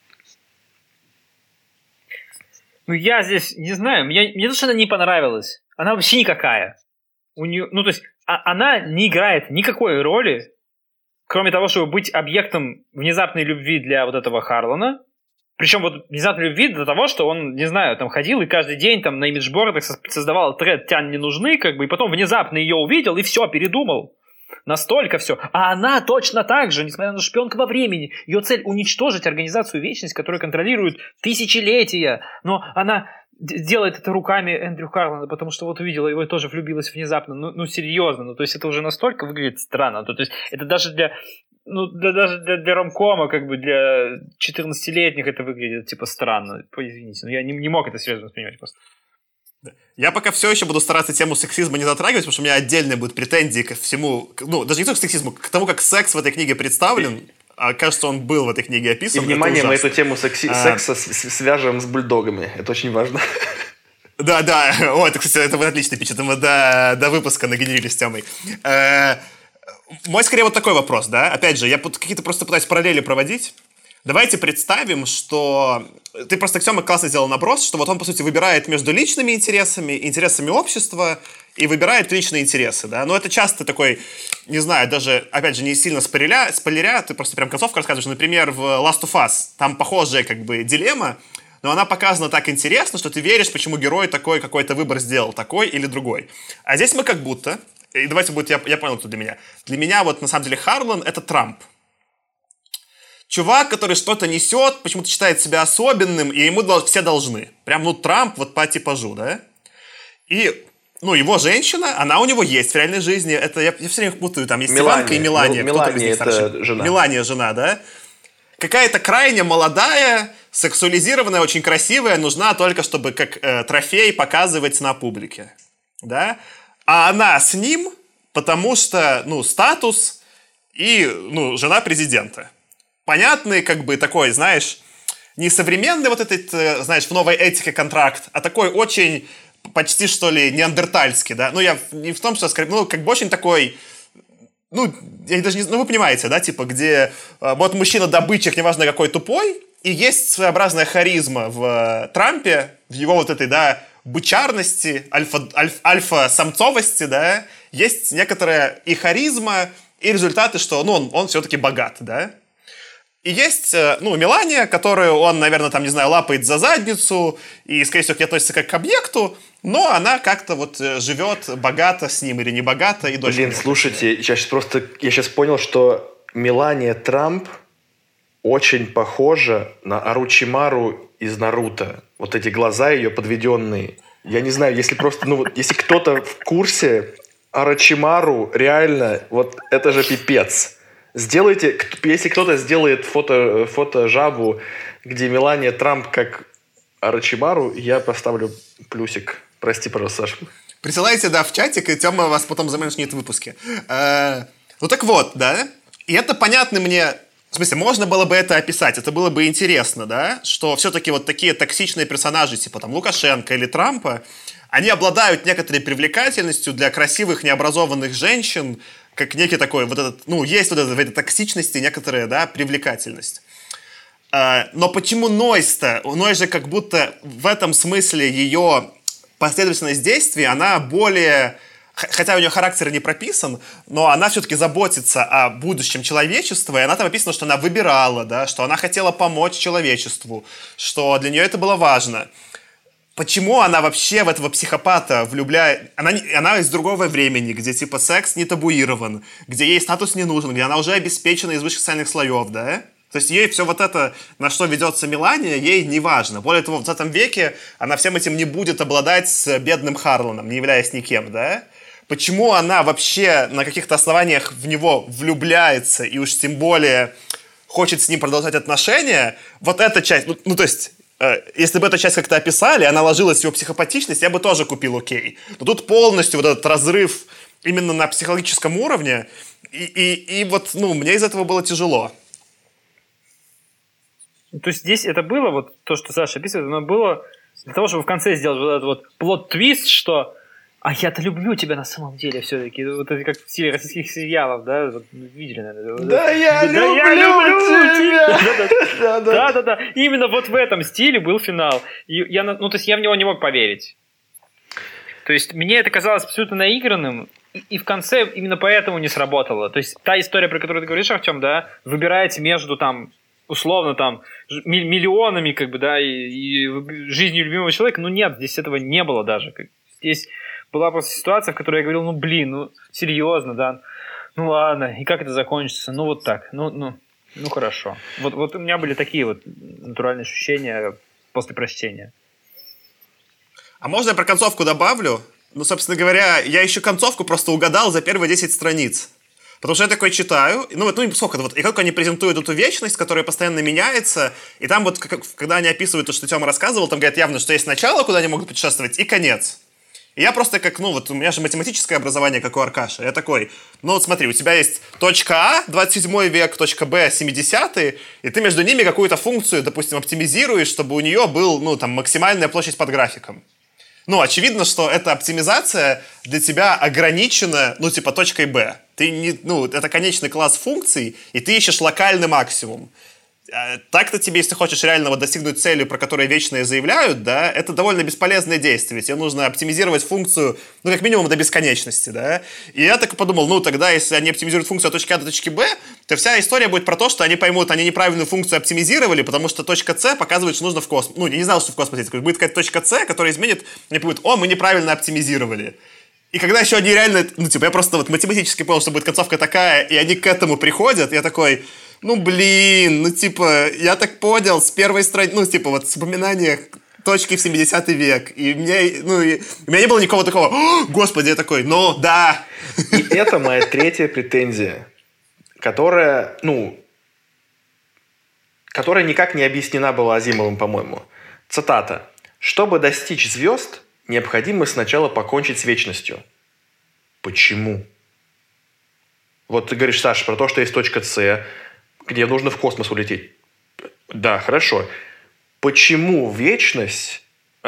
Ну, я здесь не знаю. Мне тоже она не понравилась. Она вообще никакая. У нее, ну, то есть, она не играет никакой роли, кроме того, чтобы быть объектом внезапной любви для вот этого Харлана. Причем вот внезапной любви до того, что он, не знаю, там ходил и каждый день там на имиджбордах создавал тред «Тян не нужны», как бы, и потом внезапно ее увидел и все, передумал. Настолько все. А она точно так же, несмотря на шпионка во времени. Ее цель уничтожить организацию Вечность, которая контролирует тысячелетия. Но она делает это руками Эндрю Харлана, потому что вот увидела его и тоже влюбилась внезапно. Ну серьезно. Ну, то есть это уже настолько выглядит странно. То есть это даже для ромкома, как бы для 14-летних это выглядит типа странно. Извините, но я не мог это серьезно воспринимать просто.
Я пока все еще буду стараться тему сексизма не затрагивать, потому что у меня отдельные будут претензии ко всему, ну, даже не только к сексизму, к тому, как секс в этой книге представлен. А кажется, он был в этой книге описан.
И, внимание, мы эту тему секса свяжем с бульдогами. Это очень важно.
Да. О, это, кстати, это отличный пич. Это мы до выпуска нагенерили с темой. Мой, скорее, вот такой вопрос, да? Опять же, я какие-то просто пытаюсь параллели проводить. Давайте представим, что... Ты просто, Тёма, классно сделал наброс, что вот он, по сути, выбирает между личными интересами, интересами общества и выбирает личные интересы, да? Но это часто такой, не знаю, даже, опять же, не сильно спойлеря, ты просто прям концовку рассказываешь. Например, в Last of Us там похожая как бы дилемма, но она показана так интересно, что ты веришь, почему герой такой какой-то выбор сделал, такой или другой. А здесь мы как будто... И давайте будет... Я понял, кто для меня. Для меня вот, на самом деле, Харлан — это Трамп. Чувак, который что-то несет, почему-то считает себя особенным, и ему все должны. Прям, ну, Трамп вот по типажу, да? И, ну, его женщина, она у него есть в реальной жизни. Это я все время путаю, там есть Иванка и Мелания.
Мелания — это жена.
Мелания — жена, да? Какая-то крайне молодая, сексуализированная, очень красивая, нужна только, чтобы как трофей показывать на публике, да? А она с ним, потому что, ну, статус и, ну, жена президента. Понятный, как бы, такой, знаешь, не современный вот этот, знаешь, в новой этике контракт, а такой очень, почти, что ли, неандертальский, да? Ну, я не в том, что, ну, как бы очень такой, ну, я даже не знаю, ну, вы понимаете, да, типа, где вот мужчина-добытчик, неважно какой, тупой, и есть своеобразная харизма в Трампе, в его вот этой, да, бычарности, альфа-самцовости, да, есть некоторая и харизма, и результаты, что, ну, он все-таки богат, да? И есть, ну, Мелания, которую он, наверное, там, не знаю, лапает за задницу и, скорее всего, к ней относится как к объекту, но она как-то вот живет богато с ним или не богато. И дочь.
Блин, слушайте, я сейчас понял, что Мелания Трамп очень похожа на Орочимару из Наруто. Вот эти глаза ее подведенные. Я не знаю, если просто, ну, вот, если кто-то в курсе, Орочимару реально, вот это же пипец. Сделайте, если кто-то сделает фото-жабу, где Мелания Трамп как Орочимару, я поставлю плюсик. Прости, пожалуйста, Саша.
Присылайте, да, в чатик, и Тёма вас потом заменит в выпуске. Ну так вот, да, и это понятно мне, в смысле, можно было бы это описать, это было бы интересно, да, что все-таки вот такие токсичные персонажи, типа там Лукашенко или Трампа, они обладают некоторой привлекательностью для красивых, необразованных женщин, как некий такой вот этот, ну, есть вот это, в этой токсичности некоторая, да, привлекательность. Но почему Нойс-то? У Нойс же как будто в этом смысле ее последовательность действий, она более... Хотя у нее характер не прописан, но она все-таки заботится о будущем человечества, и она там описано, что она выбирала, да, что она хотела помочь человечеству, что для нее это было важно. Почему она вообще в этого психопата влюбляет... Она из другого времени, где типа секс не табуирован, где ей статус не нужен, где она уже обеспечена из высших социальных слоев, да? То есть ей все вот это, на что ведется Мелания, ей не важно. Более того, в 20 веке она всем этим не будет обладать с бедным Харланом, не являясь никем, да? Почему она вообще на каких-то основаниях в него влюбляется и уж тем более хочет с ним продолжать отношения, вот эта часть, ну то есть... Если бы эту часть как-то описали, она ложилась в его психопатичность, я бы тоже купил окей. Но тут полностью вот этот разрыв именно на психологическом уровне, и вот, ну, мне из этого было тяжело.
То есть здесь это было, вот то, что Саша описывает, оно было для того, чтобы в конце сделать вот этот вот плот-твист, что «А я-то люблю тебя на самом деле все-таки». Вот это как в стиле российских сериалов, да? Вот, видели, наверное.
Да, я люблю тебя!
Да. Именно вот в этом стиле был финал. И то есть я в него не мог поверить. То есть мне это казалось абсолютно наигранным, и в конце именно поэтому не сработало. То есть та история, про которую ты говоришь, Артем, да, выбираете между там условно там миллионами, как бы, да, и жизнью любимого человека, нет, здесь этого не было даже. Здесь была просто ситуация, в которой я говорил, серьезно, да, ладно, и как это закончится? Вот так, хорошо. Вот у меня были такие вот натуральные ощущения после прочтения.
А можно я про концовку добавлю? Собственно говоря, я еще концовку просто угадал за первые 10 страниц. Потому что я такой читаю, и как они презентуют эту вечность, которая постоянно меняется, и там вот, когда они описывают то, что Тёма рассказывал, там говорят явно, что есть начало, куда они могут путешествовать, и конец. И я просто у меня же математическое образование, как у Аркаша. Я такой, смотри, у тебя есть точка А, 27 век, точка Б, 70-е, и ты между ними какую-то функцию, допустим, оптимизируешь, чтобы у нее был, максимальная площадь под графиком. Очевидно, что эта оптимизация для тебя ограничена, точкой Б. Это конечный класс функций, и ты ищешь локальный максимум. Так-то тебе, если хочешь реально достигнуть цели, про которую вечные заявляют, да, это довольно бесполезное действие. Тебе нужно оптимизировать функцию, как минимум до бесконечности, да. И я так подумал, тогда, если они оптимизируют функцию от точки А до точки Б, то вся история будет про то, что они поймут, они неправильную функцию оптимизировали, потому что точка С показывает, что нужно в космос. Я не знал, что в космосе есть. Будет какая-то точка С, которая изменит, они поймут, мы неправильно оптимизировали. И когда еще они реально, я просто математически понял, что будет концовка такая, и они к этому приходят, я такой... я так понял, с первой страницы, с упоминания точки в 70-й век. И у меня не было никакого такого, господи, я такой, да.
И это моя третья претензия, которая никак не объяснена была Азимовым, по-моему. Цитата. «Чтобы достичь звезд, необходимо сначала покончить с вечностью». Почему? Вот ты говоришь, Саша, про то, что есть точка С, где нужно в космос улететь. Да, хорошо. Почему вечность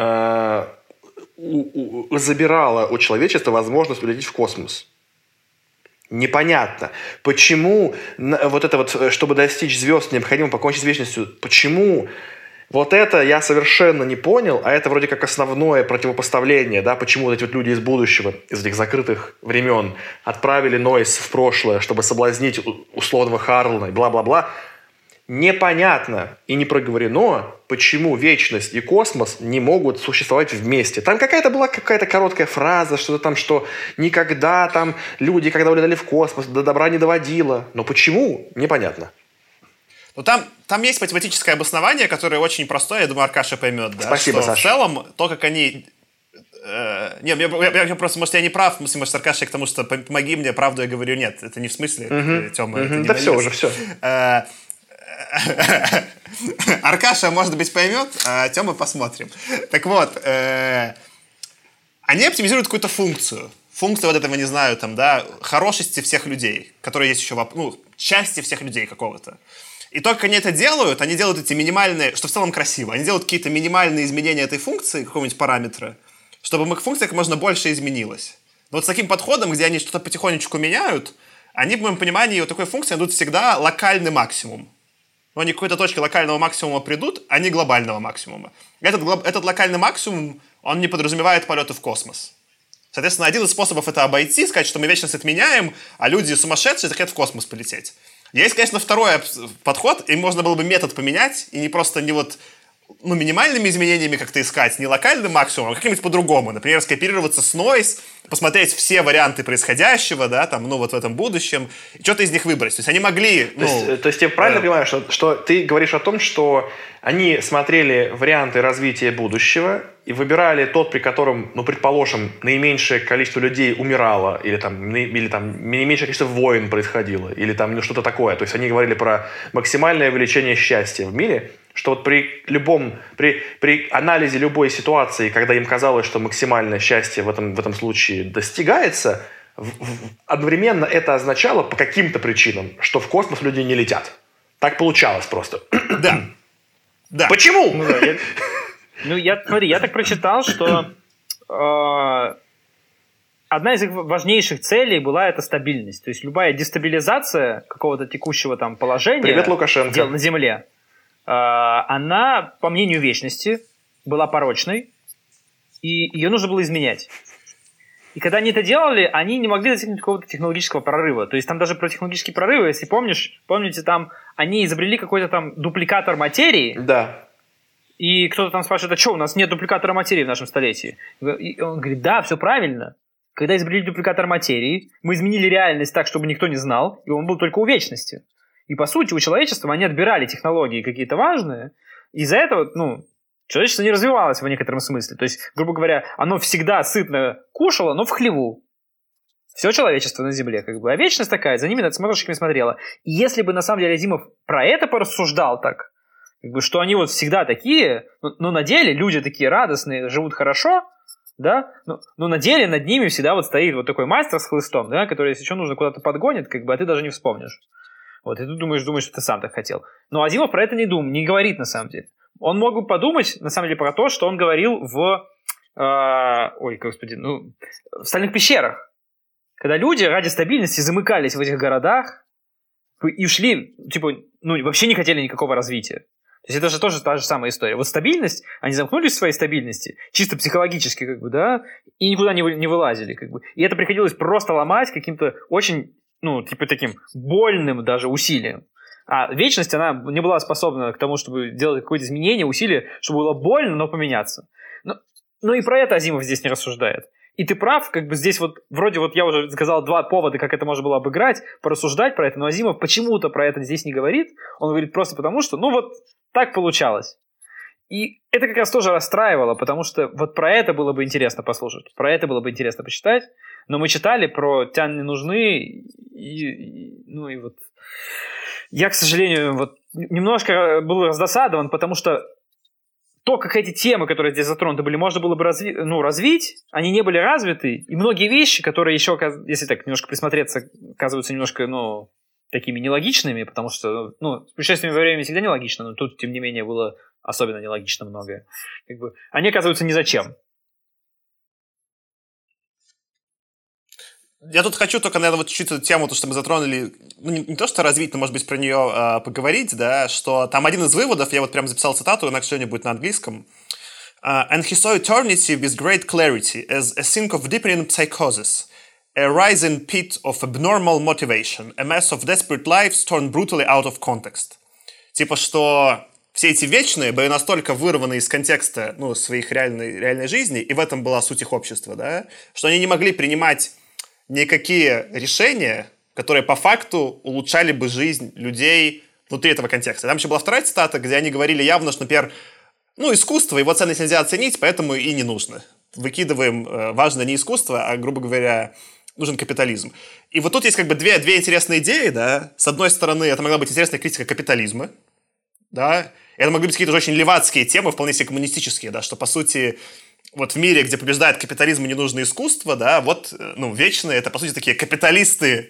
забирала у человечества возможность улететь в космос? Непонятно. Почему чтобы достичь звезд, необходимо покончить с вечностью? Почему Вот это я совершенно не понял, а это вроде как основное противопоставление, да, почему вот эти вот люди из будущего, из этих закрытых времен отправили Нойс в прошлое, чтобы соблазнить условного Харлана и бла-бла-бла. Непонятно и не проговорено, почему вечность и космос не могут существовать вместе. Там была какая-то короткая фраза, что-то там, что никогда там люди, когда улетали в космос, до добра не доводило. Но почему? Непонятно.
Ну, там есть математическое обоснование, которое очень простое, я думаю, Аркаша поймет. Да?
Спасибо,
что
Саша.
В целом, то, как они... Нет, я просто, может, я не прав, может, Аркаша к тому, что помоги мне, правду я говорю, нет, это не в смысле, Тёма.
Да все уже, все.
Аркаша, может быть, поймет, а Тёма посмотрим. Так вот, они оптимизируют какую-то функцию. Функцию вот этого, не знаю, там, да, хорошести всех людей, которые есть еще, счастья всех людей какого-то. И то, как они это делают, они делают эти минимальные, что в целом красиво, они делают какие-то минимальные изменения этой функции, какого-нибудь параметра, чтобы их функция как можно больше изменилась. Но вот с таким подходом, где они что-то потихонечку меняют, они, в моем понимании, у такой функции найдут всегда локальный максимум. Но они к какой-то точке локального максимума придут, а не глобального максимума. Этот локальный максимум, он не подразумевает полеты в космос. Соответственно, один из способов это обойти, сказать, что мы вечность отменяем, а люди сумасшедшие хотят в космос полететь. Есть, конечно, второй подход, и можно было бы метод поменять, и не просто минимальными изменениями как-то искать, не локальным максимумом, а как-нибудь по-другому. Например, скооперироваться с Noise, посмотреть все варианты происходящего, да, там, вот в этом будущем, и что-то из них выбрать. То есть они могли...
То есть я правильно понимаю, что ты говоришь о том, что они смотрели варианты развития будущего и выбирали тот, при котором, предположим, наименьшее количество людей умирало, или наименьшее количество войн происходило, или там что-то такое. То есть они говорили про максимальное увеличение счастья в мире, что вот при анализе любой ситуации, когда им казалось, что максимальное счастье в этом случае достигается, одновременно это означало по каким-то причинам, что в космос люди не летят. Так получалось просто.
Да.
Почему?
Я так прочитал, что одна из их важнейших целей была эта стабильность. То есть любая дестабилизация какого-то текущего там положения...
Привет, Лукашенко.
Дел на Земле. Она, по мнению вечности, была порочной, и ее нужно было изменять. И когда они это делали, они не могли достигнуть какого-то технологического прорыва. То есть там даже про технологический прорыв, если помните, там они изобрели какой-то там дупликатор материи.
Да.
И кто-то там спрашивает, а что, у нас нет дупликатора материи в нашем столетии? И он говорит, да, все правильно. Когда изобрели дупликатор материи, мы изменили реальность так, чтобы никто не знал, и он был только у вечности. И, по сути, у человечества они отбирали технологии какие-то важные, и из-за этого, человечество не развивалось в некотором смысле. То есть, грубо говоря, оно всегда сытно кушало, но в хлеву. Все человечество на Земле, а вечность такая, за ними над смотрщиками смотрела. И если бы, на самом деле, Азимов про это порассуждал так, что они вот всегда такие, но на деле люди такие радостные, живут хорошо, да, но на деле над ними всегда вот стоит вот такой мастер с хлыстом, да, который, если что, нужно куда-то подгонит, а ты даже не вспомнишь. Вот, и ты думаешь, что ты сам так хотел. Но Азимов про это не говорит, на самом деле. Он мог бы подумать, на самом деле, про то, что он говорил в стальных пещерах. Когда люди ради стабильности замыкались в этих городах и ушли, вообще не хотели никакого развития. То есть это же тоже та же самая история. Вот стабильность, они замкнулись в своей стабильности, чисто психологически, и никуда не вылазили, И это приходилось просто ломать каким-то очень, таким больным даже усилием. А вечность, она не была способна к тому, чтобы делать какое-то изменение, усилие, чтобы было больно, но поменяться. Но и про это Азимов здесь не рассуждает. И ты прав, здесь вроде я уже сказал 2 повода, как это можно было обыграть, порассуждать про это, но Азимов почему-то про это здесь не говорит. Он говорит просто потому, что, так получалось. И это как раз тоже расстраивало, потому что про это было бы интересно послушать, про это было бы интересно почитать, но мы читали про «Тян не нужны», я, к сожалению, немножко был раздосадован, потому что то, как эти темы, которые здесь затронуты были, можно было бы развить, они не были развиты, и многие вещи, которые еще, если так немножко присмотреться, оказываются немножко, такими нелогичными, потому что, с путешествиями во времени всегда нелогично, но тут, тем не менее, было особенно нелогично многое. Они оказываются ни зачем.
Я тут хочу только, наверное, вот чуть-чуть эту тему, то, что мы затронули, ну, не то, что развить, но, может быть, про нее поговорить, да, что там один из выводов, я вот прям записал цитату, она, к сожалению, будет на английском. And he saw eternity with great clarity as a sink of deepening psychosis, a rising pit of abnormal motivation, a mass of desperate lives torn brutally out of context. Типа, что все эти вечные были настолько вырваны из контекста, ну, своих реальной жизни, и в этом была суть их общества, да, что они не могли принимать никакие решения, которые по факту улучшали бы жизнь людей внутри этого контекста. Там еще была вторая цитата, где они говорили явно, что, например, ну, искусство, его ценность нельзя оценить, поэтому и не нужно. Выкидываем, важно не искусство, а, грубо говоря, нужен капитализм. И вот тут есть как бы две интересные идеи, да. С одной стороны, это могла быть интересная критика капитализма, да. Это могли быть какие-то очень левацкие темы, вполне себе коммунистические, да, что, по сути, вот в мире, где побеждает капитализм и не нужно искусство, да, вот, ну, вечные, это, по сути, такие капиталисты,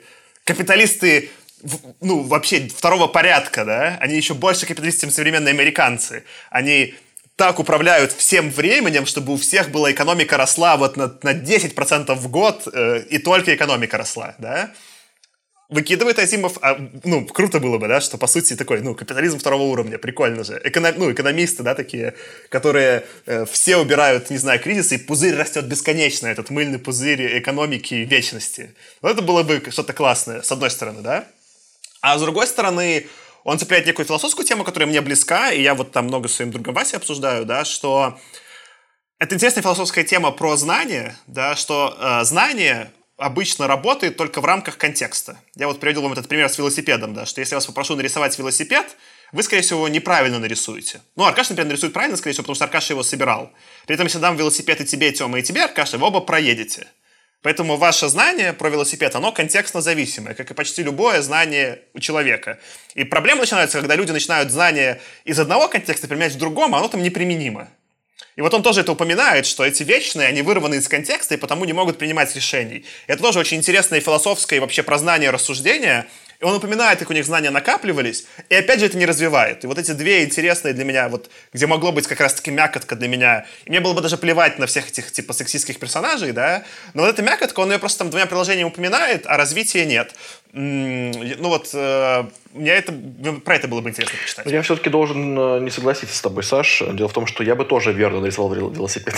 ну, вообще второго порядка, да, они еще больше капиталисты, чем современные американцы. Они так управляют всем временем, чтобы у всех была экономика росла вот на 10% в год, и только экономика росла, да. Выкидывает Азимов, ну, круто было бы, да, что, по сути, такой, ну, капитализм второго уровня, прикольно же. Экономисты, да, такие, которые все убирают, не знаю, кризис, и пузырь растет бесконечно, этот мыльный пузырь экономики и вечности. Вот это было бы что-то классное, с одной стороны, да. А с другой стороны, он цепляет некую философскую тему, которая мне близка, и я вот там много с своим другом Васей обсуждаю, да, что это интересная философская тема про знание, да, что знание обычно работает только в рамках контекста. Я вот приводил вам этот пример с велосипедом, да, что если я вас попрошу нарисовать велосипед, вы, скорее всего, неправильно нарисуете. Ну, Аркаша, например, нарисует правильно, скорее всего, потому что Аркаша его собирал. При этом, если дам велосипед и тебе, Тёма, и тебе, Аркаша, вы оба проедете. Поэтому ваше знание про велосипед, оно контекстно зависимое, как и почти любое знание у человека. И проблемы начинаются, когда люди начинают знания из одного контекста применять в другом, а оно там неприменимо. И вот он тоже это упоминает, что эти вечные, они вырваны из контекста и потому не могут принимать решений. И это тоже очень интересное философское и вообще про знание рассуждение. И он упоминает, как у них знания накапливались, и опять же это не развивает. И вот эти две интересные для меня, вот, где могло быть как раз-таки мякотка для меня, и мне было бы даже плевать на всех этих типа сексистских персонажей, да, но вот эта мякотка, он ее просто там двумя приложениями упоминает, а развития нет. Ну вот, мне это, про это было бы интересно почитать.
Я все-таки должен не согласиться с тобой, Саш. Дело в том, что я бы тоже верно нарисовал велосипед.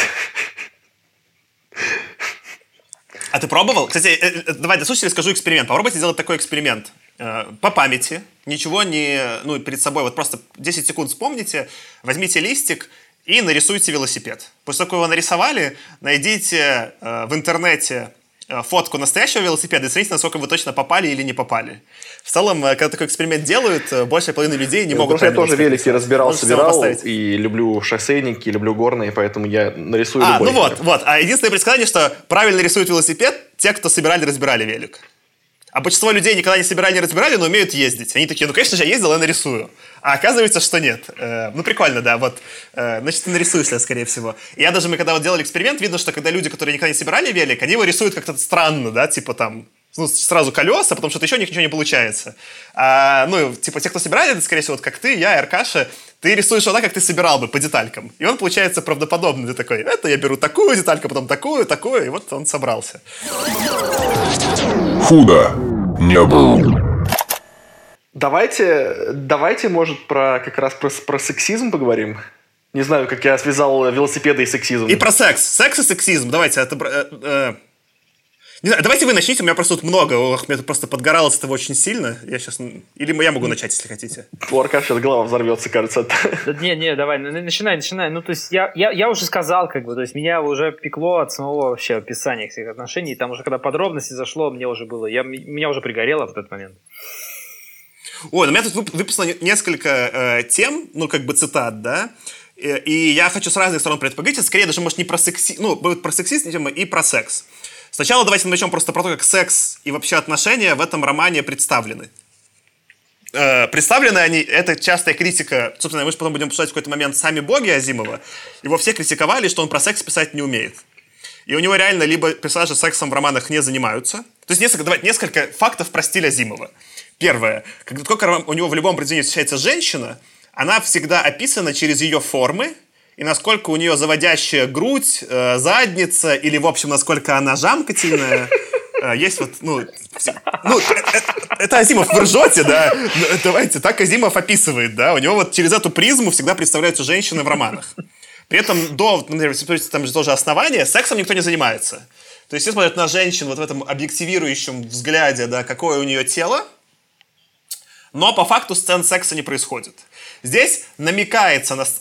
А ты пробовал? Кстати, давай для слушателей скажу эксперимент. Попробуйте сделать такой эксперимент. По памяти, ничего не... Ну, перед собой, вот просто 10 секунд вспомните, возьмите листик и нарисуйте велосипед. После того, как вы его нарисовали, найдите в интернете фотку настоящего велосипеда и смотрите, насколько вы точно попали или не попали. В целом, когда такой эксперимент делают, большая половина людей не могут...
Я тоже велики разбирал, собирал, и люблю шоссейники, люблю горные, поэтому я нарисую любой.
Ну вот. А единственное предсказание, что правильно рисуют велосипед те, кто собирали-разбирали велик. А большинство людей никогда не собирали, не разбирали, но умеют ездить. Они такие, ну, конечно же, я ездил, я нарисую. А оказывается, что нет. Ну, прикольно, да, вот. Значит, ты нарисуешься, скорее всего. И мы когда вот делали эксперимент, видно, что когда люди, которые никогда не собирали велик, они его рисуют как-то странно, да, типа там, ну, сразу колеса, потом что-то еще у них ничего не получается. Ну, типа, те, кто собирали, это, скорее всего, вот как ты, я и Аркаша, ты рисуешь вот так, как ты собирал бы, по деталькам. И он получается правдоподобный. Ты такой, это я беру такую детальку, потом такую, и вот он собрался.
Худо не было.
Давайте, может, как раз про сексизм поговорим. Не знаю, как я связал велосипеды и сексизм.
И про секс. Секс и сексизм. Давайте. Не знаю, давайте вы начните, у меня просто тут много. Мне тут просто подгорало с этого очень сильно. Или я могу начать, если хотите.
У Аркаши сейчас голова взорвется, кажется.
Не, давай, начинай. Ну, то есть я уже сказал, как бы, то есть меня уже пекло от самого вообще описания всех отношений. Там уже когда подробности зашло, мне уже было, меня уже пригорело в этот момент.
Ой, у меня тут выписано несколько тем, ну, как бы цитат, да. И я хочу с разных сторон про это поговорить. Скорее даже, может, не про сексизм, ну, будет про сексизм тема и про секс. Сначала давайте начнем просто про то, как секс и вообще отношения в этом романе представлены. Представлены они, это частая критика, собственно, мы же потом будем обсуждать в какой-то момент сами боги Азимова, его все критиковали, что он про секс писать не умеет. И у него реально либо персонажи сексом в романах не занимаются. То есть несколько фактов про стиль Азимова. Первое. Как только у него в любом произведении встречается женщина, она всегда описана через ее формы, и насколько у нее заводящая грудь, задница, или, в общем, насколько она жамкательная, есть вот, это Азимов, вы ржете, да? Давайте, так Азимов описывает, да? У него вот через эту призму всегда представляются женщины в романах. При этом например, там же тоже основание, сексом никто не занимается. То есть все смотрят на женщин вот в этом объективирующем взгляде, да, какое у нее тело, но по факту сцен секса не происходит. Здесь намекается на,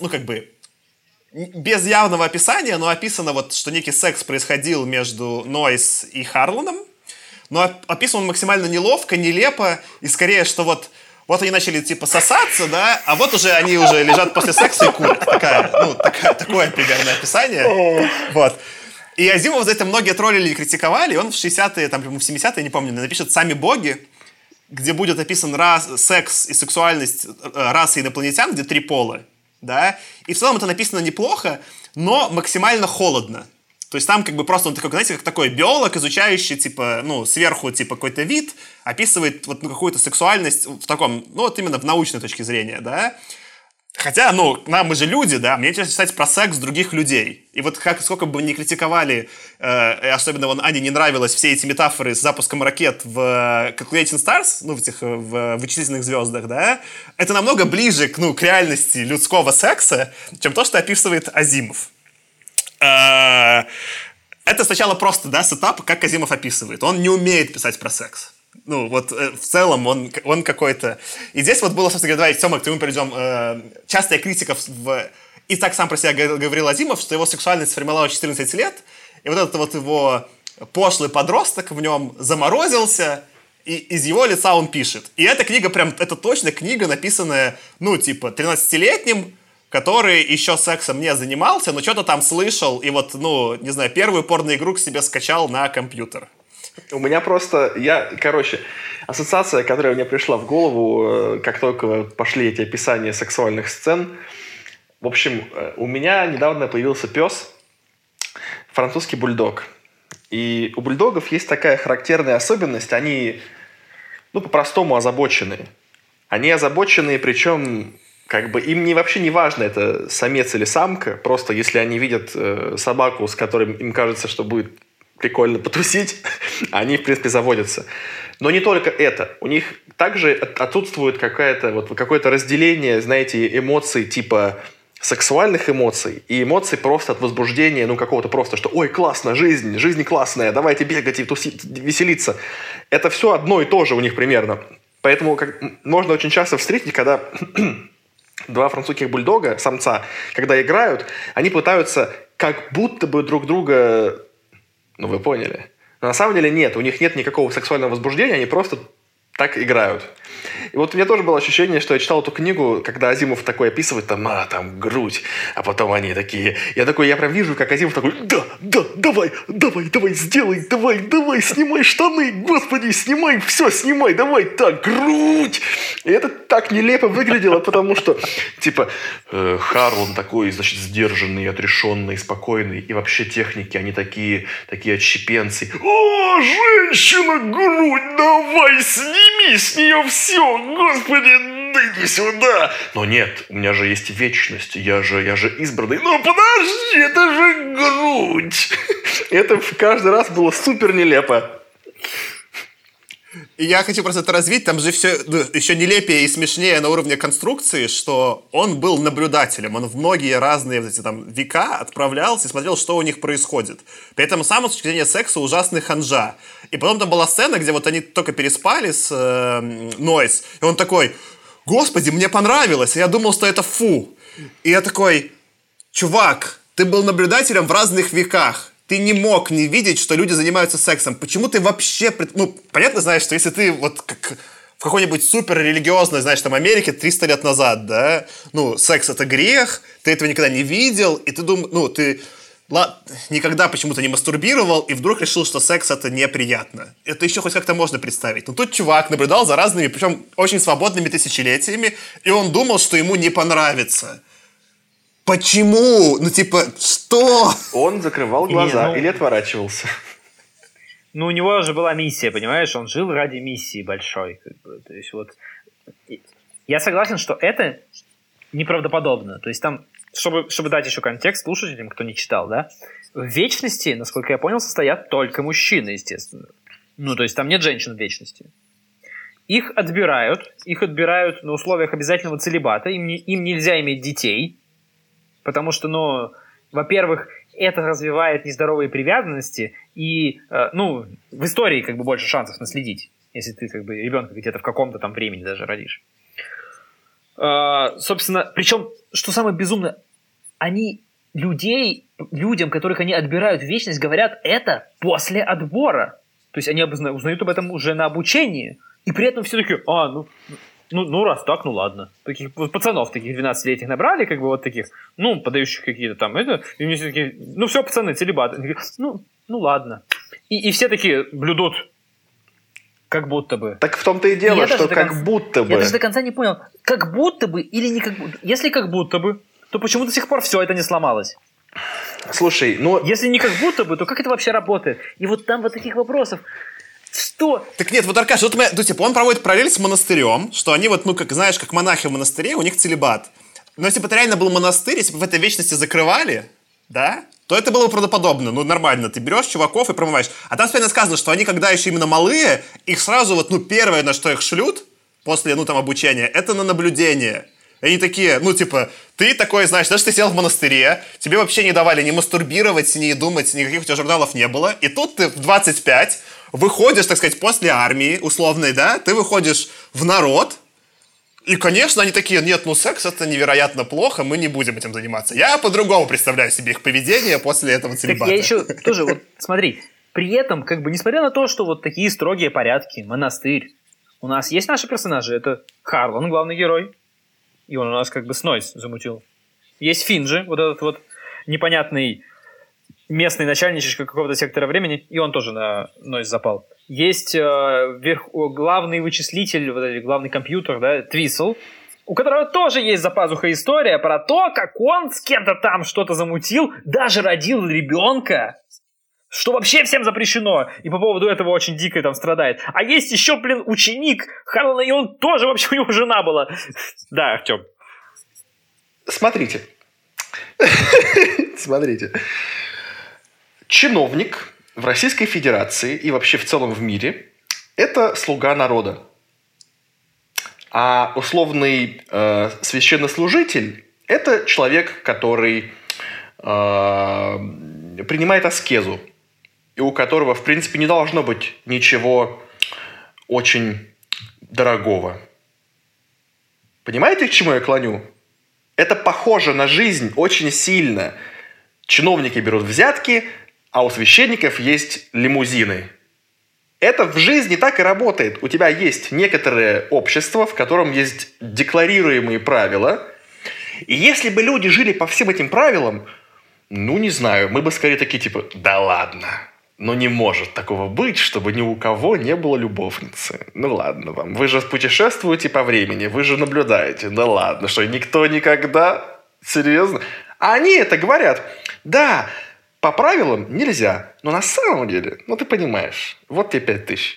без явного описания, но описано вот, что некий секс происходил между Нойс и Харланом, но описан он максимально неловко, нелепо, и скорее, что вот они начали типа сосаться, да, а вот уже они уже лежат после секса и курят. Такое примерное описание. Вот. И Азимов за это многие троллили и критиковали, и он в 60-е, там, в 70-е, не помню, напишет «Сами боги», где будет описан секс и сексуальность расы инопланетян, где 3 пола, да, и в целом это написано неплохо, но максимально холодно. То есть там просто он такой, знаете, как такой биолог, изучающий, сверху, какой-то вид, описывает вот какую-то сексуальность в таком, вот именно в научной точке зрения, да. Хотя, мы же люди, да, мне интересно читать про секс других людей. И вот сколько бы ни критиковали, особенно Ане не нравилось все эти метафоры с запуском ракет в Calculating Stars, в вычислительных звездах, да, это намного ближе к реальности людского секса, чем то, что описывает Азимов. Это сначала просто, да, сетап, как Азимов описывает. Он не умеет писать про секс. В целом он какой-то... И здесь вот было, собственно говоря, давайте, Тёма, к тому перейдем. Частая критика и так сам про себя говорил Азимов, что его сексуальность сформировала в 14 лет, и вот этот вот его пошлый подросток в нем заморозился, и из его лица он пишет. И эта книга это точно книга, написанная, 13-летним, который еще сексом не занимался, но что-то там слышал, и первую порно-игру к себе скачал на компьютер.
У меня ассоциация, которая мне пришла в голову, как только пошли эти описания сексуальных сцен. В общем, у меня недавно появился пес, французский бульдог. И у бульдогов есть такая характерная особенность, они, по-простому озабоченные. Они озабоченные, причем, им вообще не важно, это самец или самка, просто если они видят собаку, с которой им кажется, что будет прикольно потусить, они, в принципе, заводятся. Но не только это. У них также отсутствует какое-то разделение, знаете, эмоций типа сексуальных эмоций и эмоций просто от возбуждения, какого-то просто, что «Ой, классно, жизнь классная, давайте бегать и тусить, веселиться». Это все одно и то же у них примерно. Поэтому можно очень часто встретить, когда два французских бульдога, самца, когда играют, они пытаются как будто бы друг друга... вы поняли. Но на самом деле нет, у них нет никакого сексуального возбуждения, они просто так играют. И вот у меня тоже было ощущение, что я читал эту книгу, когда Азимов такой описывает, там грудь, а потом они такие... Я прям вижу, как Азимов такой, давай, сделай, давай, снимай штаны, господи, снимай, давай, так, грудь. И это так нелепо выглядело, потому что, Харлан такой, значит, сдержанный, отрешенный, спокойный, и вообще техники, они такие отщепенцы. О, женщина, грудь, давай, сними с нее все, господи, да иди сюда. Но нет, у меня же есть вечность, я же избранный. Но подожди, это же грудь. Это каждый раз было супер нелепо.
И я хочу просто это развить, там же все еще нелепее и смешнее на уровне конструкции, что он был наблюдателем, он в многие разные века отправлялся и смотрел, что у них происходит. При этом сам, с точки зрения секса, ужасный ханжа. И потом там была сцена, где они только переспали с Нойс, и он такой: «Господи, мне понравилось, я думал, что это фу». И я такой: «Чувак, ты был наблюдателем в разных веках. Ты не мог не видеть, что люди занимаются сексом. Почему ты вообще...» понятно, знаешь, что если ты как в какой-нибудь суперрелигиозной, Америке 300 лет назад, да, секс — это грех, ты этого никогда не видел, и ты думаешь, ты никогда почему-то не мастурбировал, и вдруг решил, что секс — это неприятно. Это еще хоть как-то можно представить. Но тут чувак наблюдал за разными, причем очень свободными тысячелетиями, и он думал, что ему не понравится. Почему? Что?
Он закрывал глаза или отворачивался.
У него же была миссия, понимаешь? Он жил ради миссии большой. То есть я согласен, что это неправдоподобно. То есть там, чтобы дать еще контекст слушателям, кто не читал, да, в вечности, насколько я понял, состоят только мужчины, естественно. Ну, то есть там нет женщин в вечности. Их отбирают на условиях обязательного целибата, им нельзя иметь детей, потому что, ну, во-первых, это развивает нездоровые привязанности, и, ну, в истории как бы больше шансов наследить, если ты как бы ребенка где-то в каком-то там времени даже родишь. Собственно, причем, что самое безумное, они людям, которых они отбирают в вечность, говорят это после отбора. То есть они узнают об этом уже на обучении. И при этом все такие, ну раз так, ну ладно. Таких пацанов, таких 12-летних набрали, как бы вот таких, ну, подающих какие-то там, и мне все такие, ну все, пацаны, целибат. Ну ладно. И все такие блюдут, как будто бы.
Так в том-то и дело, что как будто бы.
Я даже до конца не понял, как будто бы или не как будто. Если как будто бы, то почему до сих пор все это не сломалось?
Слушай, ну...
Если не как будто бы, то как это вообще работает? И вот там вот таких вопросов. Что?
Так нет, вот, Аркаш, вот ну, типа, он проводит параллель с монастырем, что они вот, ну, как, знаешь, как монахи в монастыре, у них целибат. Но если бы это реально был монастырь, если бы в этой вечности закрывали, да, то это было бы правдоподобно, ну, нормально. Ты берешь чуваков и промываешь. А там специально сказано, что они, когда еще именно малые, их сразу вот, ну, первое, на что их шлют, после, ну, там, обучения, это на наблюдение. И они такие, ну, типа, ты такой, знаешь, даже ты сидел в монастыре, тебе вообще не давали ни мастурбировать, ни думать, никаких у тебя журналов не было, и тут ты в 25 выходишь, так сказать, после армии условной, да, ты выходишь в народ, и, конечно, они такие, нет, ну, секс это невероятно плохо, мы не будем этим заниматься. Я по-другому представляю себе их поведение после этого целибата.
Так я еще тоже, вот, смотри, при этом, как бы, несмотря на то, что вот такие строгие порядки, монастырь, у нас есть наши персонажи, это Харлан, главный герой, и он у нас как бы с Нойс замутил. Есть Финджи, вот этот вот непонятный местный начальничек какого-то сектора времени, и он тоже на Нойс запал. Есть главный вычислитель, вот этот главный компьютер, да, Твисл, у которого тоже есть за пазухой история про то, как он с кем-то там что-то замутил, даже родил ребенка, что вообще всем запрещено, и по поводу этого очень дико там страдает. А есть еще, блин, ученик Харлана, и он тоже вообще, у него жена была. Да, Артем.
Смотрите. Смотрите. Чиновник в Российской Федерации и вообще в целом в мире – это слуга народа. А условный священнослужитель – это человек, который принимает аскезу, и у которого, в принципе, не должно быть ничего очень дорогого. Понимаете, к чему я клоню? Это похоже на жизнь очень сильно. Чиновники берут взятки, а у священников есть лимузины. Это в жизни так и работает. У тебя есть некоторое общество, в котором есть декларируемые правила. И если бы люди жили по всем этим правилам, ну, не знаю, мы бы скорее такие, типа, да ладно. Но не может такого быть, чтобы ни у кого не было любовницы. Ну ладно вам, вы же путешествуете по времени, вы же наблюдаете. Да ладно, что никто никогда? Серьезно? А они это говорят. Да, по правилам нельзя, но на самом деле, ну ты понимаешь, вот тебе 5000.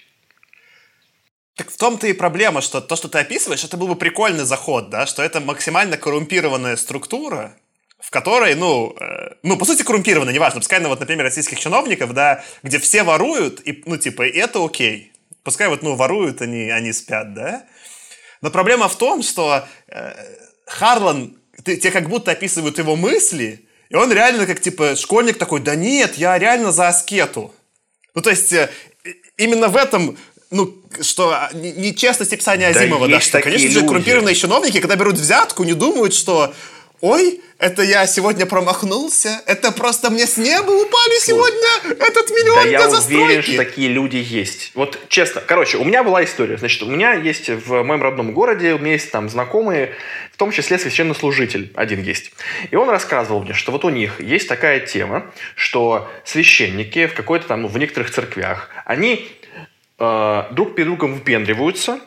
Так в том-то и проблема, что то, что ты описываешь, это был бы прикольный заход, да, что это максимально коррумпированная структура, в которой, по сути, коррумпированы, неважно, пускай, вот, например, российских чиновников, да, где все воруют, и, и это окей. Пускай вот, воруют они спят, да. Но проблема в том, что Харлан, тебе как будто описывают его мысли, и он реально как, школьник такой, да нет, я реально за аскету. Ну, то есть, именно в этом... что нечестность описания Азимова, да, что, конечно же, коррумпированные чиновники, когда берут взятку, не думают, что ой, это я сегодня промахнулся, это просто мне с неба упали сегодня этот миллион для застройки.
Да я уверен, что такие люди есть. Вот честно, у меня была история. Значит, у меня есть в моем родном городе, у меня есть там знакомые, в том числе священнослужитель один есть. И он рассказывал мне, что вот у них есть такая тема, что священники в какой-то там, в некоторых церквях, они друг перед другом выпендриваются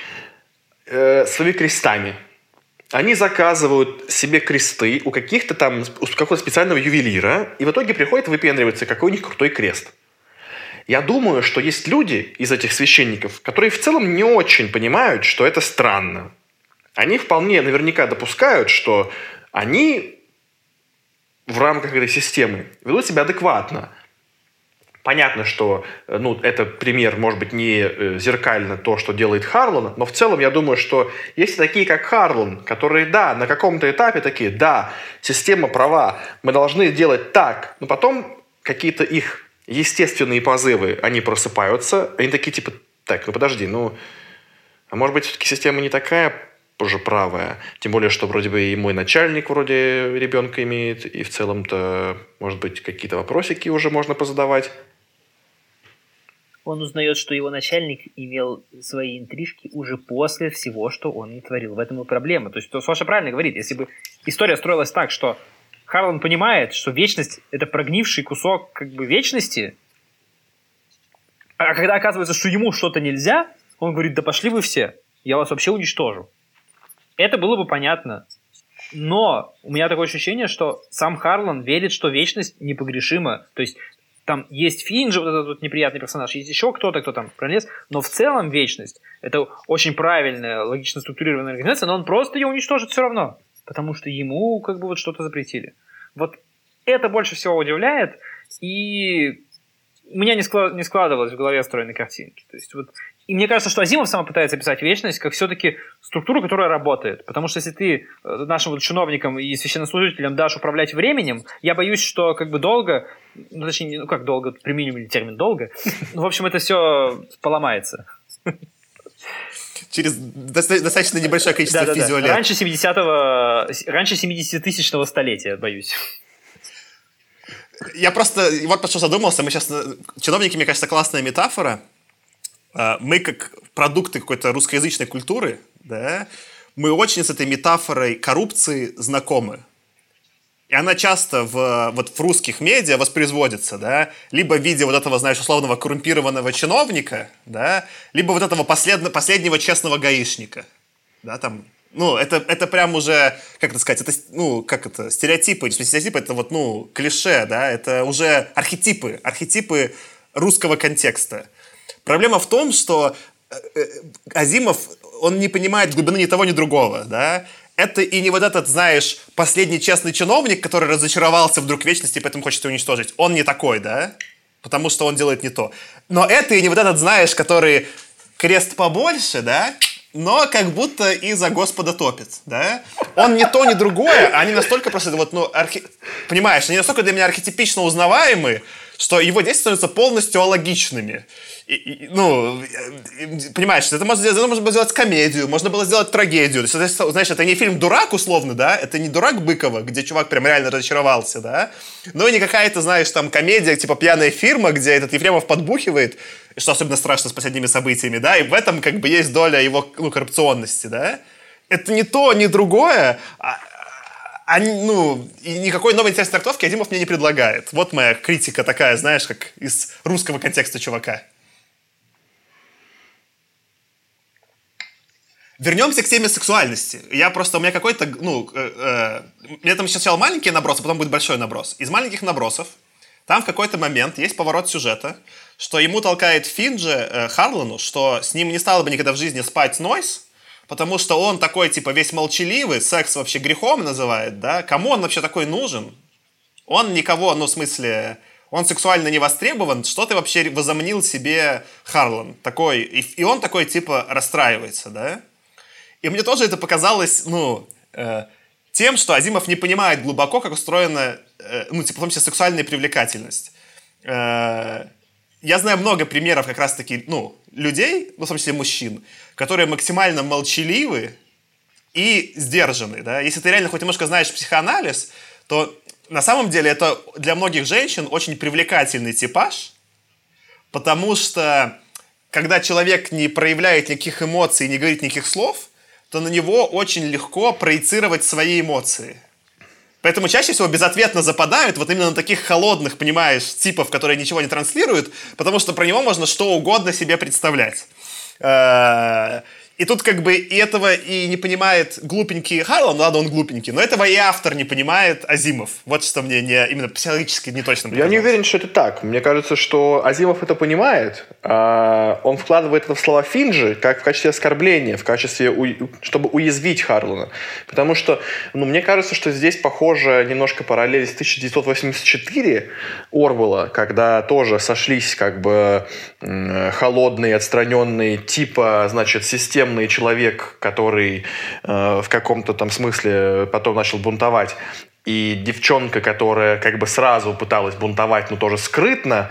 своими крестами. Они заказывают себе кресты у каких-то там, у какого-то специального ювелира, и в итоге приходят выпендриваться, какой у них крутой крест. Я думаю, что есть люди из этих священников, которые в целом не очень понимают, что это странно. Они вполне наверняка допускают, что они в рамках этой системы ведут себя адекватно. Понятно, что это пример, может быть, не зеркально то, что делает Харлан, но в целом я думаю, что есть такие, как Харлан, которые, да, на каком-то этапе такие, да, система права, мы должны делать так, но потом какие-то их естественные позывы, они просыпаются, они такие, типа, так, подожди, а может быть, все-таки система не такая уже правая, тем более, что вроде бы и мой начальник вроде ребенка имеет, и в целом-то, может быть, какие-то вопросики уже можно позадавать.
Он узнает, что его начальник имел свои интрижки уже после всего, что он натворил. В этом и проблема. То есть Саша правильно говорит, если бы история строилась так, что Харлан понимает, что вечность — это прогнивший кусок вечности, а когда оказывается, что ему что-то нельзя, он говорит, да пошли вы все, я вас вообще уничтожу. Это было бы понятно. Но у меня такое ощущение, что сам Харлан верит, что вечность непогрешима. То есть там есть Финджи, вот этот вот неприятный персонаж, есть еще кто-то, кто там пролез, но в целом вечность — это очень правильная, логично структурированная организация, но он просто ее уничтожит все равно, потому что ему вот что-то запретили. Вот это больше всего удивляет, и у меня не складывалось в голове стройной картинки. То есть и мне кажется, что Азимов сам пытается описать вечность как все-таки структуру, которая работает. Потому что если ты нашим чиновникам и священнослужителям дашь управлять временем, я боюсь, что долго, точнее, как долго, применим ли термин долго, в общем, это все поломается.
Через достаточно небольшое количество физиолет.
Раньше 70-тысячного столетия, боюсь.
Я просто про что задумался. Мы сейчас... Чиновники, мне кажется, классная метафора. Мы, как продукты какой-то русскоязычной культуры, да, мы очень с этой метафорой коррупции знакомы. И она часто в русских медиа воспроизводится, да, либо в виде этого, знаешь, условного коррумпированного чиновника, да, либо этого последнего честного гаишника. Да, там, это прям уже, как это сказать, это, стереотипы, это клише, да, это уже архетипы русского контекста. Проблема в том, что Азимов, он не понимает глубины ни того, ни другого, да. Это и не этот, знаешь, последний честный чиновник, который разочаровался вдруг в вечности и поэтому хочет ее уничтожить. Он не такой, да, потому что он делает не то. Но это и не этот, знаешь, который крест побольше, да, но как будто и за Господа топит, да. Он не то, ни другое, они настолько просто, понимаешь, они настолько для меня архетипично узнаваемы, что его действия становятся полностью алогичными. Понимаешь, это можно было сделать комедию, можно было сделать трагедию. То есть, знаешь, это не фильм «Дурак» условно, да, это не «Дурак» Быкова, где чувак прям реально разочаровался, да, но и не какая-то, знаешь, там комедия, типа «Пьяная фирма», где этот Ефремов подбухивает, что особенно страшно с последними событиями, да, и в этом есть доля его коррупционности, да. Это не то, ни другое, и никакой новой интересной трактовки Азимов мне не предлагает. Вот моя критика такая, знаешь, как из русского контекста чувака. Вернемся к теме сексуальности. У меня какой-то, мне там сначала маленький наброс, а потом будет большой наброс. Из маленьких набросов там в какой-то момент есть поворот сюжета, что ему толкает Финджи Харлану, что с ним не стало бы никогда в жизни спать Нойс, потому что он такой, типа, весь молчаливый, секс вообще грехом называет, да? Кому он вообще такой нужен? Он никого, в смысле, он сексуально не востребован, что ты вообще возомнил себе Харлан? Такой, и он такой, типа, расстраивается, да? И мне тоже это показалось, тем, что Азимов не понимает глубоко, как устроена, в том числе, сексуальная привлекательность. Я знаю много примеров как раз-таки, людей, в том числе мужчин, которые максимально молчаливы и сдержаны, да. Если ты реально хоть немножко знаешь психоанализ, то на самом деле это для многих женщин очень привлекательный типаж, потому что когда человек не проявляет никаких эмоций, не говорит никаких слов, то на него очень легко проецировать свои эмоции. Поэтому чаще всего безответно западают вот именно на таких холодных, понимаешь, типов, которые ничего не транслируют, потому что про него можно что угодно себе представлять. И тут как бы и этого и не понимает глупенький Харлан, ладно, он глупенький, но этого и автор не понимает Азимов. Вот что мне именно психологически не точно показалось.
Я не уверен, что это так. Мне кажется, что Азимов это понимает. Он вкладывает это в слова Финджи как в качестве оскорбления, в качестве, чтобы уязвить Харлана. Потому что, мне кажется, что здесь похоже немножко параллель с 1984 Орвелла, когда тоже сошлись как бы холодные, отстраненные, типа, значит, системный человек, который в каком-то там смысле потом начал бунтовать, и девчонка, которая как бы сразу пыталась бунтовать, но тоже скрытно.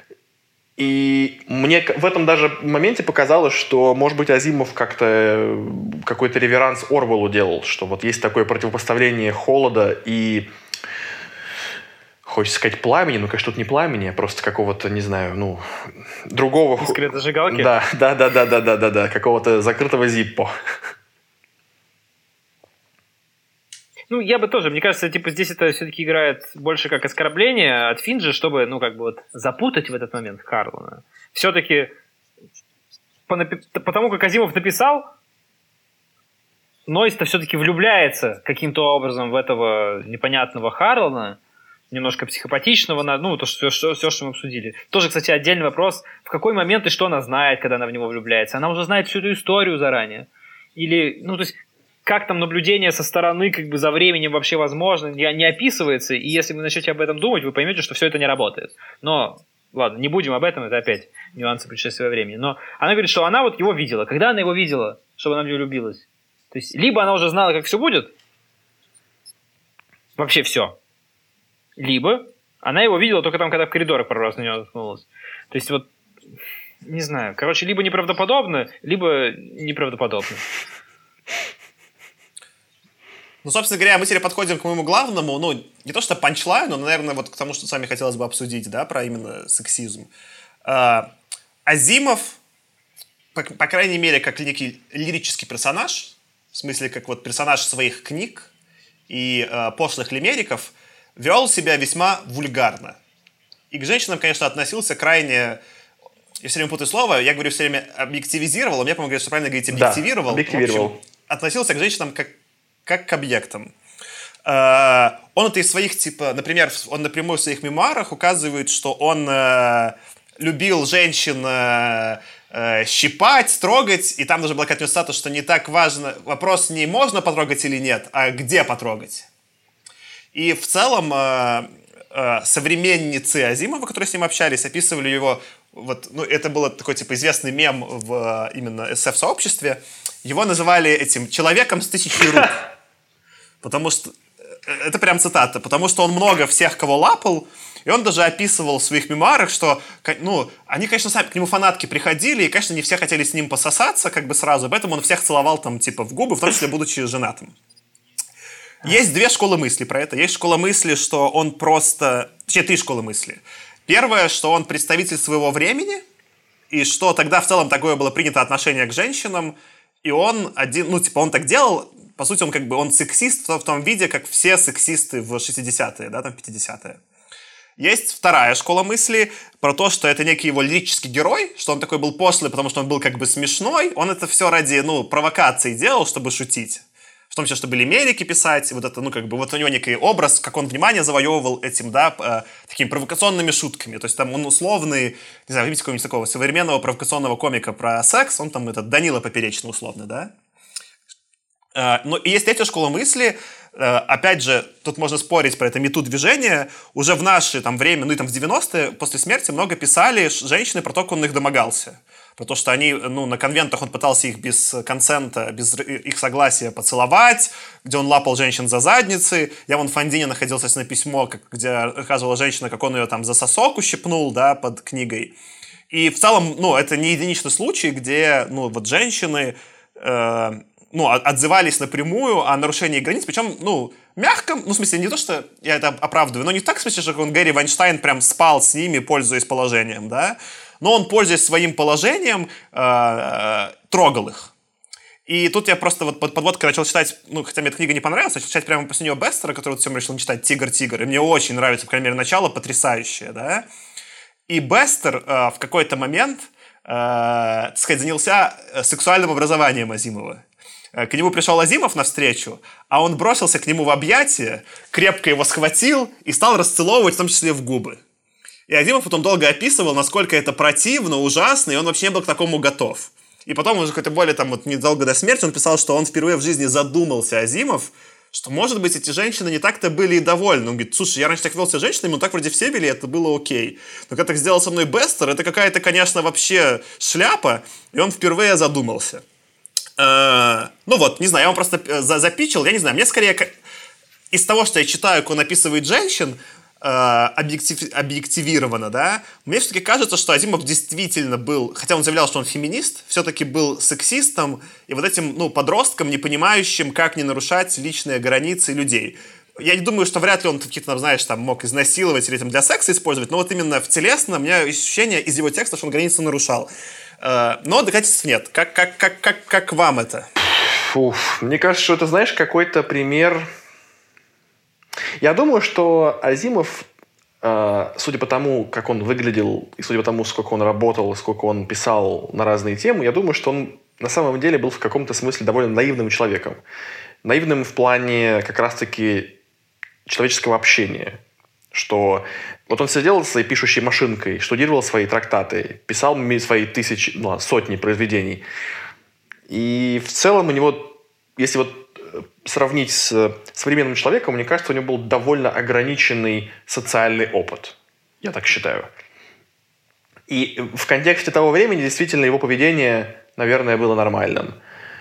И мне в этом даже моменте показалось, что, может быть, Азимов как-то какой-то реверанс Орвеллу делал, что вот есть такое противопоставление холода и... Хочется сказать пламени, но, конечно, тут не пламени, а просто какого-то, не знаю, другого...
Искры зажигалки?
Да, какого-то закрытого зиппо.
Я бы тоже, мне кажется, здесь это все-таки играет больше как оскорбление от Финджи, чтобы, запутать в этот момент Харлана. Все-таки, потому как Азимов написал, Нойс-то все-таки влюбляется каким-то образом в этого непонятного Харлана, немножко психопатичного, все, что мы обсудили. Тоже, кстати, отдельный вопрос, в какой момент и что она знает, когда она в него влюбляется. Она уже знает всю эту историю заранее. Или, как там наблюдение со стороны, как бы за временем вообще возможно, не описывается, и если вы начнете об этом думать, вы поймете, что все это не работает. Но, ладно, не будем об этом, это опять нюансы предшествия времени. Но она говорит, что она его видела. Когда она его видела, чтобы она в него влюбилась? То есть, либо она уже знала, как все будет, вообще все. Либо она его видела только там, когда в коридорах пару раз на него наткнулась. То есть не знаю. Короче, либо неправдоподобно, либо неправдоподобно.
Собственно говоря, мы теперь подходим к моему главному, не то что панчлайну, но, наверное, к тому, что с вами хотелось бы обсудить, да, про именно сексизм. Азимов, по крайней мере, как некий лирический персонаж, в смысле, как персонаж своих книг и пошлых лимериков, вел себя весьма вульгарно. И к женщинам, конечно, относился крайне... Я все время путаю слово, я говорю все время объективизировал, а мне, по-моему, говорят, что правильно говорить объективировал.
Да, объективировал.
В общем, относился к женщинам как к объектам. Он это из своих, например, он напрямую в своих мемуарах указывает, что он любил женщин щипать, трогать, и там даже была какая-то цитата, что не так важно, вопрос не можно потрогать или нет, а где потрогать. И в целом современницы Азимова, которые с ним общались, описывали его, это был такой известный мем в именно SF-сообществе, его называли этим человеком с 1000 рук. Потому что, это прям цитата, потому что он много всех кого лапал, и он даже описывал в своих мемуарах, что, они, конечно, сами к нему фанатки приходили, и, конечно, не все хотели с ним пососаться, как бы сразу, поэтому он всех целовал в губы, в том числе будучи женатым. Есть две школы мысли про это. Есть школа мысли, что он просто... Точнее, 3 школы мысли. Первое, что он представитель своего времени, и что тогда в целом такое было принято отношение к женщинам, и он он так делал, по сути, он сексист в том виде, как все сексисты в 60-е, да, 50-е. Есть вторая школа мысли про то, что это некий его лирический герой, что он такой был пошлый, потому что он был смешной, он это все ради, провокации делал, чтобы шутить. В том числе, чтобы лимерики писать, у него некий образ, как он внимание завоевывал этим, да, такими провокационными шутками. То есть там он условный, не знаю, видите какого-нибудь такого современного провокационного комика про секс, он там Данила Поперечный условно, да. Но и есть третья школа мысли, опять же, тут можно спорить про это MeToo-движение, уже в наше время, в 90-е, после смерти много писали женщины про то, как он их домогался. Про то, что они, на конвентах он пытался их без консента, без их согласия поцеловать, где он лапал женщин за задницы. Я в Фандине находил, на письмо, где рассказывала женщина, как он ее там за сосок ущипнул, да, под книгой. И в целом, это не единичный случай, где, женщины, отзывались напрямую о нарушении границ, причем, мягко, в смысле, не то, что я это оправдываю, но не так, в смысле, что Гэри Вайнштейн прям спал с ними, пользуясь положением, да, но он, пользуясь своим положением, трогал их. И тут я просто подводкой начал читать, хотя мне эта книга не понравилась, начал читать прямо после нее Бестера, который всем решил не читать, «Тигр». И мне очень нравится, по крайней мере, начало потрясающее, да. И Бестер в какой-то момент так сказать, занялся сексуальным образованием Азимова. К нему пришел Азимов навстречу, а он бросился к нему в объятия, крепко его схватил и стал расцеловывать, в том числе в губы. И Азимов потом долго описывал, насколько это противно, ужасно, и он вообще не был к такому готов. И потом, уже какой-то более там, вот, недолго до смерти, он писал, что он впервые в жизни задумался, Азимов, что, может быть, эти женщины не так-то были и довольны. Он говорит, слушай, я раньше так вел себя с женщинами, но так вроде все вели, это было окей. Но когда так сделал со мной Бестер, это какая-то, конечно, вообще шляпа, и он впервые задумался. Ну вот, не знаю, я вам просто запичил, я не знаю, мне скорее из того, что я читаю, как он описывает женщин, объективированно, да, мне все-таки кажется, что Азимов действительно был, хотя он заявлял, что он феминист, все-таки был сексистом и вот этим, ну, подростком, не понимающим, как не нарушать личные границы людей. Я не думаю, что вряд ли он какие-то, там, знаешь, там, мог изнасиловать или там, для секса использовать, но вот именно в телесно у меня ощущение из его текста, что он границы нарушал. Но доказательств нет. Как вам это?
Мне кажется, что это, знаешь, какой-то пример... Я думаю, что Азимов, судя по тому, как он выглядел, и судя по тому, сколько он работал, сколько он писал на разные темы, я думаю, что он на самом деле был в каком-то смысле довольно наивным человеком. Наивным в плане как раз-таки человеческого общения. Что вот он сидел со своей пишущей машинкой, штудировал свои трактаты, писал свои сотни произведений. И в целом у него, если вот сравнить с современным человеком, мне кажется, у него был довольно ограниченный социальный опыт. Я так считаю. И в контексте того времени действительно его поведение, наверное, было нормальным.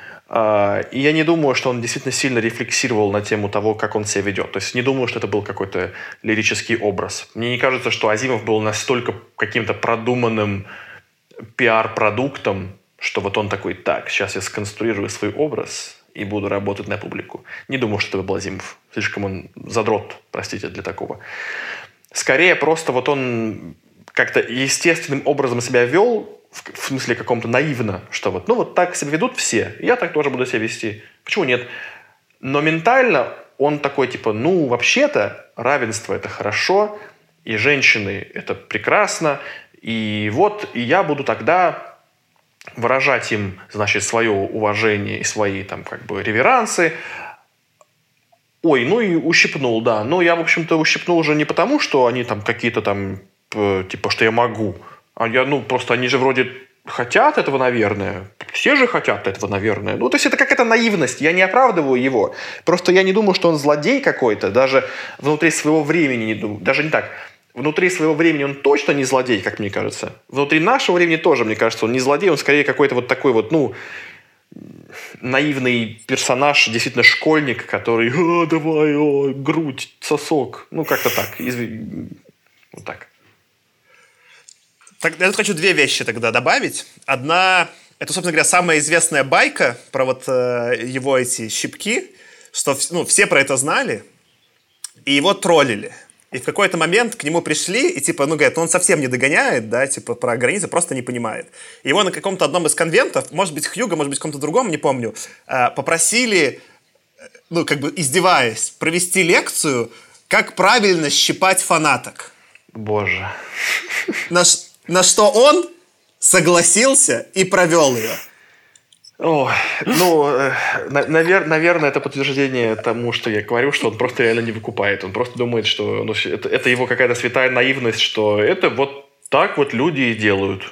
И я не думаю, что он действительно сильно рефлексировал на тему того, как он себя ведет. То есть не думаю, что это был какой-то лирический образ. Мне не кажется, что Азимов был настолько каким-то продуманным пиар-продуктом, что вот он такой, так, сейчас я сконструирую свой образ и буду работать на публику. Не думаю, что это был Азимов. Слишком он задрот, простите, для такого. Скорее, просто вот он как-то естественным образом себя вел, в смысле каком-то наивно, что вот, ну вот так себя ведут все, я так тоже буду себя вести. Почему нет? Но ментально он такой, типа, ну, вообще-то равенство – это хорошо, и женщины – это прекрасно, и вот, и я буду тогда выражать им, значит, свое уважение и свои, там, как бы, реверансы. Ой, ну и ущипнул, да. Но я, в общем-то, ущипнул уже не потому, что они там какие-то там, типа, что я могу, а я, ну, просто они же вроде хотят этого, наверное. Все же хотят этого, наверное. Ну, то есть это какая-то наивность. Я не оправдываю его. Просто я не думаю, что он злодей какой-то. Даже внутри своего времени не думаю. Даже не так. Внутри своего времени он точно не злодей, как мне кажется. Внутри нашего времени тоже, мне кажется, он не злодей. Он скорее какой-то вот такой вот, ну, наивный персонаж, действительно школьник, который давай, грудь, сосок. Ну, как-то так. Вот так.
Так, я тут хочу две вещи тогда добавить. Одна, это, собственно говоря, самая известная байка про вот его эти щипки, что, ну, все про это знали, и его троллили. И в какой-то момент к нему пришли, и типа, ну, говорят, он совсем не догоняет, да, типа, про границы просто не понимает. И его на каком-то одном из конвентов, может быть, Хьюго, может быть, в каком-то другом, не помню, попросили, ну, как бы издеваясь, провести лекцию, как правильно щипать фанаток.
Боже.
На что он согласился и провел ее.
Ой, ну, наверное, это подтверждение тому, что я говорю, что он просто реально не выкупает. Он просто думает, что ну, это его какая-то святая наивность, что это вот так вот люди и делают.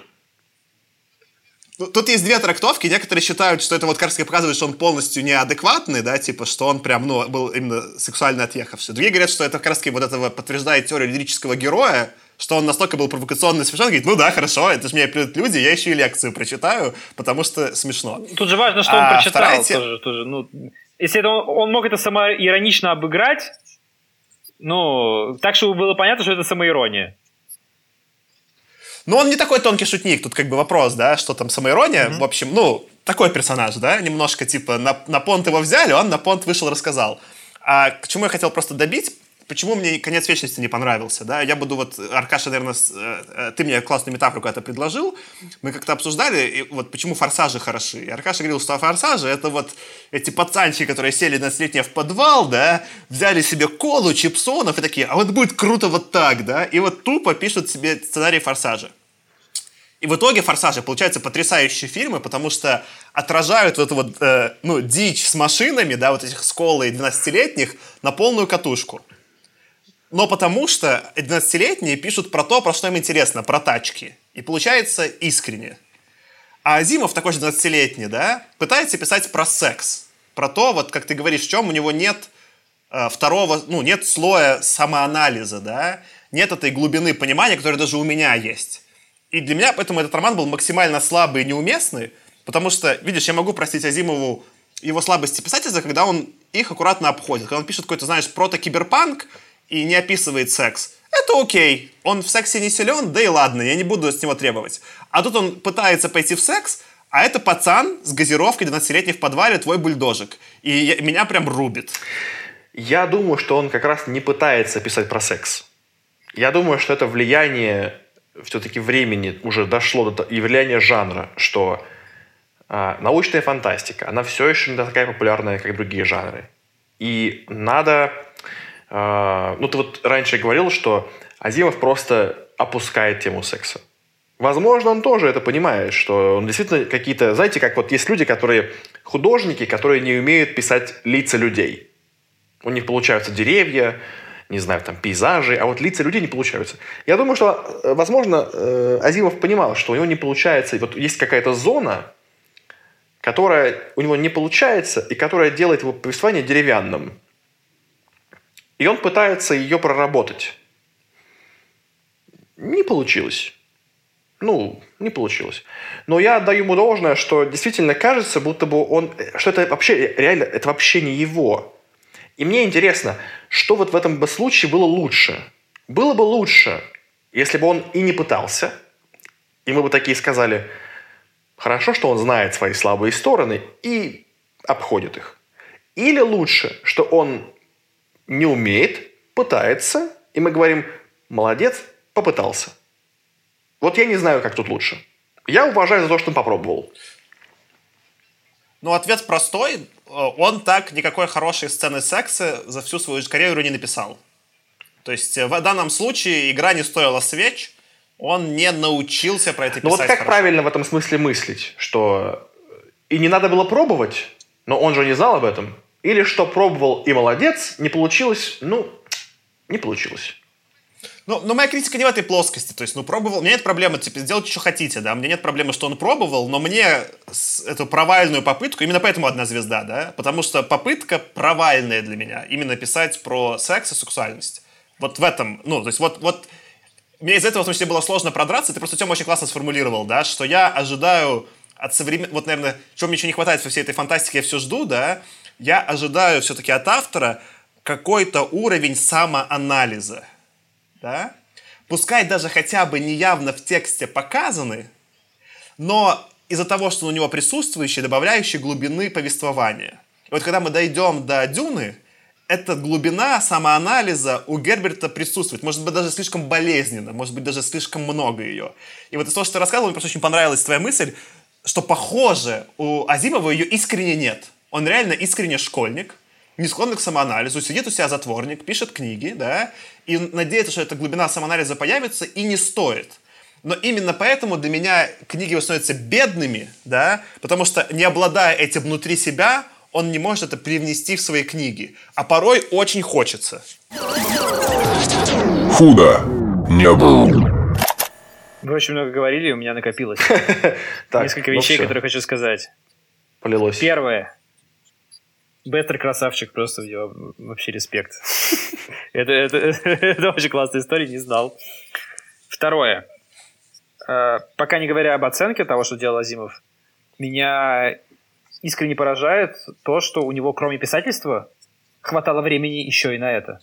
Тут есть две трактовки. Некоторые считают, что это вот как раз показывает, что он полностью неадекватный, да, типа, что он прям, ну, был именно сексуально отъехавший. Другие говорят, что это как раз вот этого подтверждает теорию лирического героя, что он настолько был провокационный, смешной, говорит, ну да, хорошо, это же меня придут люди, я еще и лекцию прочитаю, потому что смешно.
Тут же важно, что он прочитал тоже. Ну, если это он мог это самоиронично обыграть, ну, так, чтобы было понятно, что это самоирония.
Ну, он не такой тонкий шутник, тут как бы вопрос, да, что там самоирония, в общем, ну, такой персонаж, да, немножко типа на понт его взяли, он на понт вышел, рассказал. А к чему я хотел просто добить, почему мне «Конец вечности» не понравился, да, я буду вот, Аркаша, наверное, ты мне классную метафору когда-то предложил, мы как-то обсуждали, и вот почему «Форсажи» хороши, и Аркаша говорил, что «Форсажи» это вот эти пацанчики, которые сели на летнее в подвал, да, взяли себе колу, чипсонов и такие, а вот будет круто вот так, да, и вот тупо пишут себе сценарий «Форсажа». И в итоге «Форсажи» получаются потрясающие фильмы, потому что отражают вот эту вот, дичь с машинами, да, вот этих Сколы и 12-летних на полную катушку. Но потому что 12-летние пишут про то, про что им интересно, про тачки. И получается искренне. А Азимов, такой же 12-летний, да, пытается писать про секс. Про то, вот как ты говоришь, в чем у него нет нет слоя самоанализа, да, нет этой глубины понимания, которая даже у меня есть. И для меня поэтому этот роман был максимально слабый и неуместный, потому что, видишь, я могу простить Азимову его слабости писательства, когда он их аккуратно обходит. Когда он пишет какой-то, знаешь, прото-киберпанк и не описывает секс. Это окей. Он в сексе не силен, да и ладно, я не буду с него требовать. А тут он пытается пойти в секс, а это пацан с газировкой 12-летний в подвале, твой бульдожик. И меня прям рубит.
Я думаю, что он как раз не пытается писать про секс. Я думаю, что это влияние все-таки времени уже дошло до и влияние жанра, что научная фантастика, она все еще не такая популярная, как другие жанры. И надо... ты вот раньше говорил, что Азимов просто опускает тему секса. Возможно, он тоже это понимает, что он действительно какие-то... Знаете, как вот есть люди, художники, которые не умеют писать лица людей. У них получаются деревья, не знаю, там, пейзажи, а вот лица людей не получаются. Я думаю, что, возможно, Азимов понимал, что у него не получается, вот есть какая-то зона, которая у него не получается, и которая делает его повествование деревянным. И он пытается ее проработать. Не получилось. Не получилось. Но я отдаю ему должное, что действительно кажется, будто бы что это вообще, реально, это вообще не его. И мне интересно, что вот в этом случае было лучше? Было бы лучше, если бы он и не пытался, и мы бы такие сказали, хорошо, что он знает свои слабые стороны и обходит их. Или лучше, что он не умеет, пытается, и мы говорим, молодец, попытался. Вот я не знаю, как тут лучше. Я уважаю за то, что он попробовал.
Ответ простой. Он так никакой хорошей сцены секса за всю свою карьеру не написал. То есть в данном случае игра не стоила свеч, он не научился про это писать.
Вот как
хорошо.
Правильно в этом смысле мыслить? Что и не надо было пробовать, но он же не знал об этом? Или что пробовал и молодец, не получилось? Не получилось.
Но моя критика не в этой плоскости. То есть, пробовал... У меня нет проблемы, сделайте, что хотите, да. У меня нет проблемы, что он пробовал, но мне эту провальную попытку... Именно поэтому 1 звезда, да. Потому что попытка провальная для меня. Именно писать про секс и сексуальность. Вот в этом... то есть, вот... Мне из этого, в том числе, было сложно продраться. Ты просто, Тёма, очень классно сформулировал, да, что я ожидаю от современного... Вот, наверное, чего мне еще не хватает во всей этой фантастике, я все жду, да. Я ожидаю все-таки от автора какой-то уровень самоанализа. Да? Пускай даже хотя бы неявно в тексте показаны, но из-за того, что у него присутствующие, добавляющие глубины повествования. И вот когда мы дойдем до «Дюны», эта глубина самоанализа у Герберта присутствует. Может быть, даже слишком болезненно, может быть, даже слишком много ее. И вот из того, что ты рассказывал, мне просто очень понравилась твоя мысль, что, похоже, у Азимова ее искренне нет. Он реально искренне школьник, не склонный к самоанализу, сидит у себя затворник, пишет книги, да, и надеется, что эта глубина самоанализа появится, и не стоит. Но именно поэтому для меня книги становятся бедными, да, потому что, не обладая этим внутри себя, он не может это привнести в свои книги. А порой очень хочется.
Худо не было.
Вы очень много говорили, у меня накопилось. Несколько вещей, которые хочу сказать.
Полилось.
Первое. Бестер красавчик, просто вообще респект. Это очень классная история, не знал. Второе. Пока не говоря об оценке того, что делал Азимов, меня искренне поражает то, что у него, кроме писательства, хватало времени еще и на это.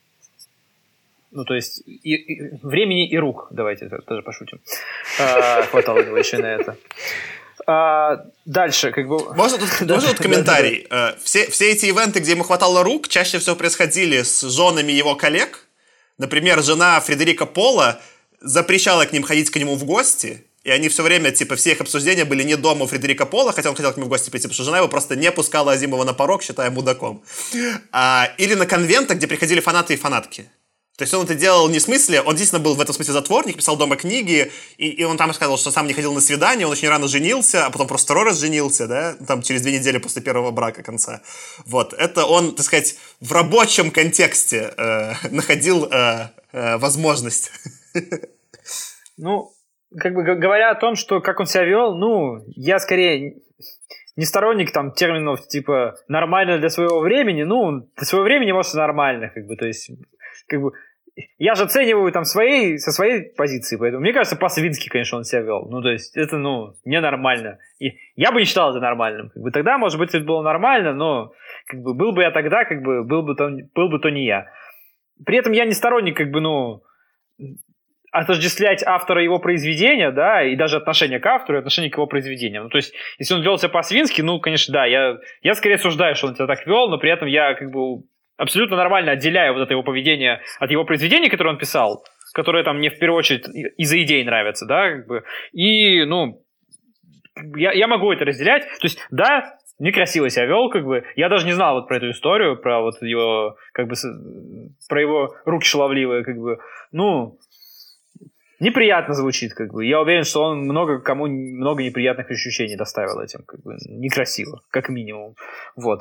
То есть, времени и рук, давайте тоже пошутим. Хватало у него еще и на это. Дальше,
Можно тут комментарий? Все эти ивенты, где ему хватало рук, чаще всего происходили с женами его коллег. Например, жена Фредерика Пола запрещала к ним ходить к нему в гости, и они все время, все их обсуждения были не дома у Фредерика Пола, хотя он хотел к нему в гости прийти, потому что жена его просто не пускала Азимова на порог, считая мудаком. Или на конвентах, где приходили фанаты и фанатки. То есть он это делал не в смысле, он действительно был в этом смысле затворник, писал дома книги, и он там сказал, что сам не ходил на свидание, он очень рано женился, а потом просто второй раз женился, да, там через 2 недели после первого брака конца. Вот, это он, так сказать, в рабочем контексте находил возможность.
Ну, как бы говоря о том, что как он себя вел, ну, я скорее не сторонник там терминов типа «нормально для своего времени», ну, для своего времени, может, нормально, как бы, то есть, как бы, я же оцениваю там со своей позиции, поэтому мне кажется, по-свински, конечно, он себя вел. Ну, то есть, это, ну, ненормально. И я бы не считал это нормальным. Как бы, тогда, может быть, это было нормально, но как бы, был бы я тогда, как бы, был бы то не я. При этом я не сторонник, как бы, ну, отождествлять автора его произведения, да, и даже отношение к автору, и отношение к его произведениям. Ну, то есть, если он вел себя по-свински, ну, конечно, да, я скорее осуждаю, что он себя так вел, но при этом я, как бы, абсолютно нормально отделяю вот это его поведение от его произведений, которые он писал, которые там мне в первую очередь из-за идей нравятся, да, как бы, и, ну, я могу это разделять, то есть, да, некрасиво себя вел, как бы, я даже не знал вот про эту историю, про вот его, как бы, про его руки шаловливые, как бы, ну, неприятно звучит, как бы, я уверен, что он кому много неприятных ощущений доставил этим, как бы, некрасиво, как минимум, вот.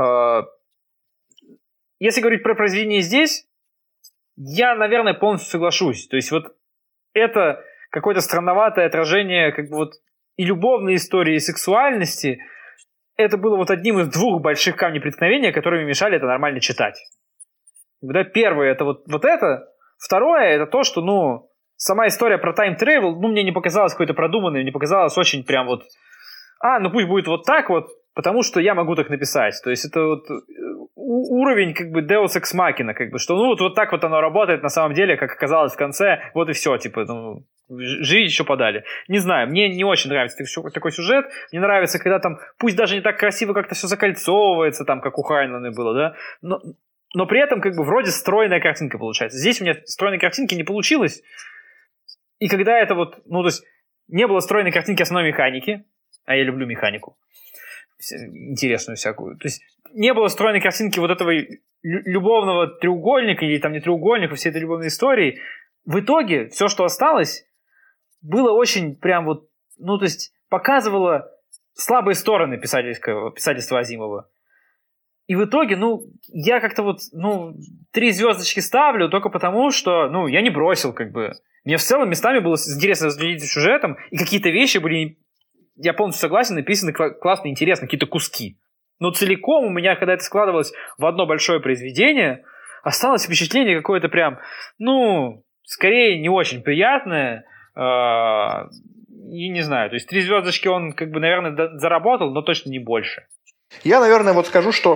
Если говорить про произведение здесь, я, наверное, полностью соглашусь. То есть вот это какое-то странноватое отражение как бы вот и любовной истории, и сексуальности. Это было вот одним из 2 больших камней преткновения, которые мешали это нормально читать. Да, первое это вот это. Второе это то, что, ну, сама история про тайм-тревел, ну, мне не показалась какой-то продуманной, не показалась очень прям вот, ну пусть будет вот так вот, потому что я могу так написать. То есть это вот уровень как бы Deus Ex Machina, как бы, что ну вот так вот оно работает на самом деле, как оказалось в конце, вот и все, типа, ну, жить еще подали. Не знаю, мне не очень нравится такой сюжет, мне нравится, когда там, пусть даже не так красиво как-то все закольцовывается, там, как у Хайнлана было, да, но при этом как бы вроде стройная картинка получается. Здесь у меня стройной картинки не получилось, и когда это вот, ну, то есть не было стройной картинки основной механики, а я люблю механику, интересную всякую. То есть не было стройной картинки вот этого любовного треугольника или там не треугольника, всей этой любовной истории. В итоге все, что осталось, было очень прям вот, ну, то есть показывало слабые стороны писательства Азимова. И в итоге, ну, я как-то вот, ну, 3 звездочки ставлю только потому, что, ну, я не бросил, как бы. Мне в целом местами было интересно следить за сюжетом, и какие-то вещи были, я полностью согласен, написаны классно, интересно, какие-то куски. Но целиком у меня, когда это складывалось в одно большое произведение, осталось впечатление какое-то прям, ну, скорее не очень приятное. И не знаю, то есть 3 звездочки он, как бы, наверное, заработал, но точно не больше.
Я, наверное, вот скажу, что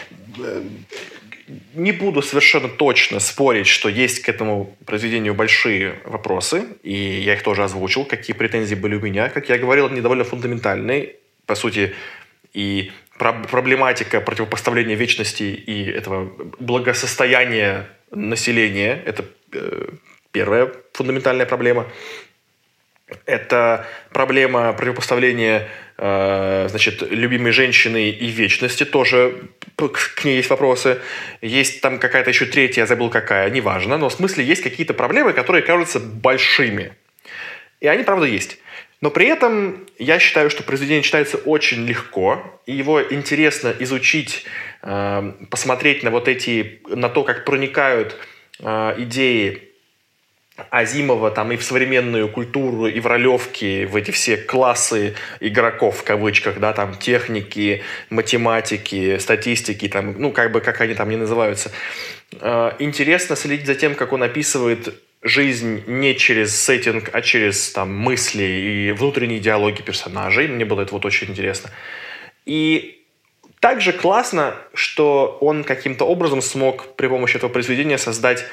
не буду совершенно точно спорить, что есть к этому произведению большие вопросы, и я их тоже озвучил, какие претензии были у меня. Как я говорил, они довольно фундаментальные, по сути, и проблематика противопоставления вечности и этого благосостояния населения – это первая фундаментальная проблема. Это проблема противопоставления, значит, любимой женщины и вечности, тоже к ней есть вопросы. Есть там какая-то еще третья, я забыл какая, неважно, но в смысле есть какие-то проблемы, которые кажутся большими. И они, правда, есть. Но при этом я считаю, что произведение читается очень легко, и его интересно изучить, посмотреть на то, как проникают идеи Азимова там и в современную культуру, и в ролевки, в эти все классы игроков, в кавычках, да, там, техники, математики, статистики, там, ну, как бы, как они там ни называются. Интересно следить за тем, как он описывает жизнь не через сеттинг, а через, там, мысли и внутренние диалоги персонажей. Мне было это вот очень интересно. И также классно, что он каким-то образом смог при помощи этого произведения создать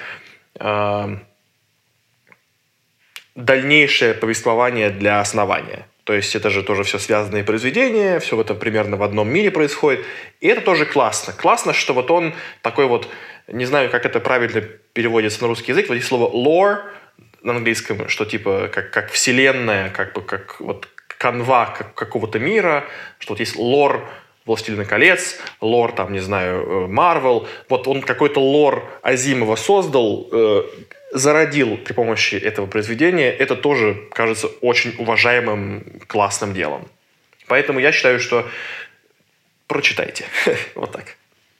дальнейшее повествование для основания. То есть это же тоже все связанные произведения, все это примерно в одном мире происходит. И это тоже классно. Классно, что вот он такой вот, не знаю, как это правильно переводится на русский язык, вот есть слово lore на английском, что типа как вселенная, как бы как вот канва какого-то мира, что вот есть лор «Властелина колец», лор, там, не знаю, «Марвел». Вот он какой-то лор Азимова создал, зародил при помощи этого произведения. Это тоже кажется очень уважаемым, классным делом. Поэтому я считаю, что прочитайте. Вот так.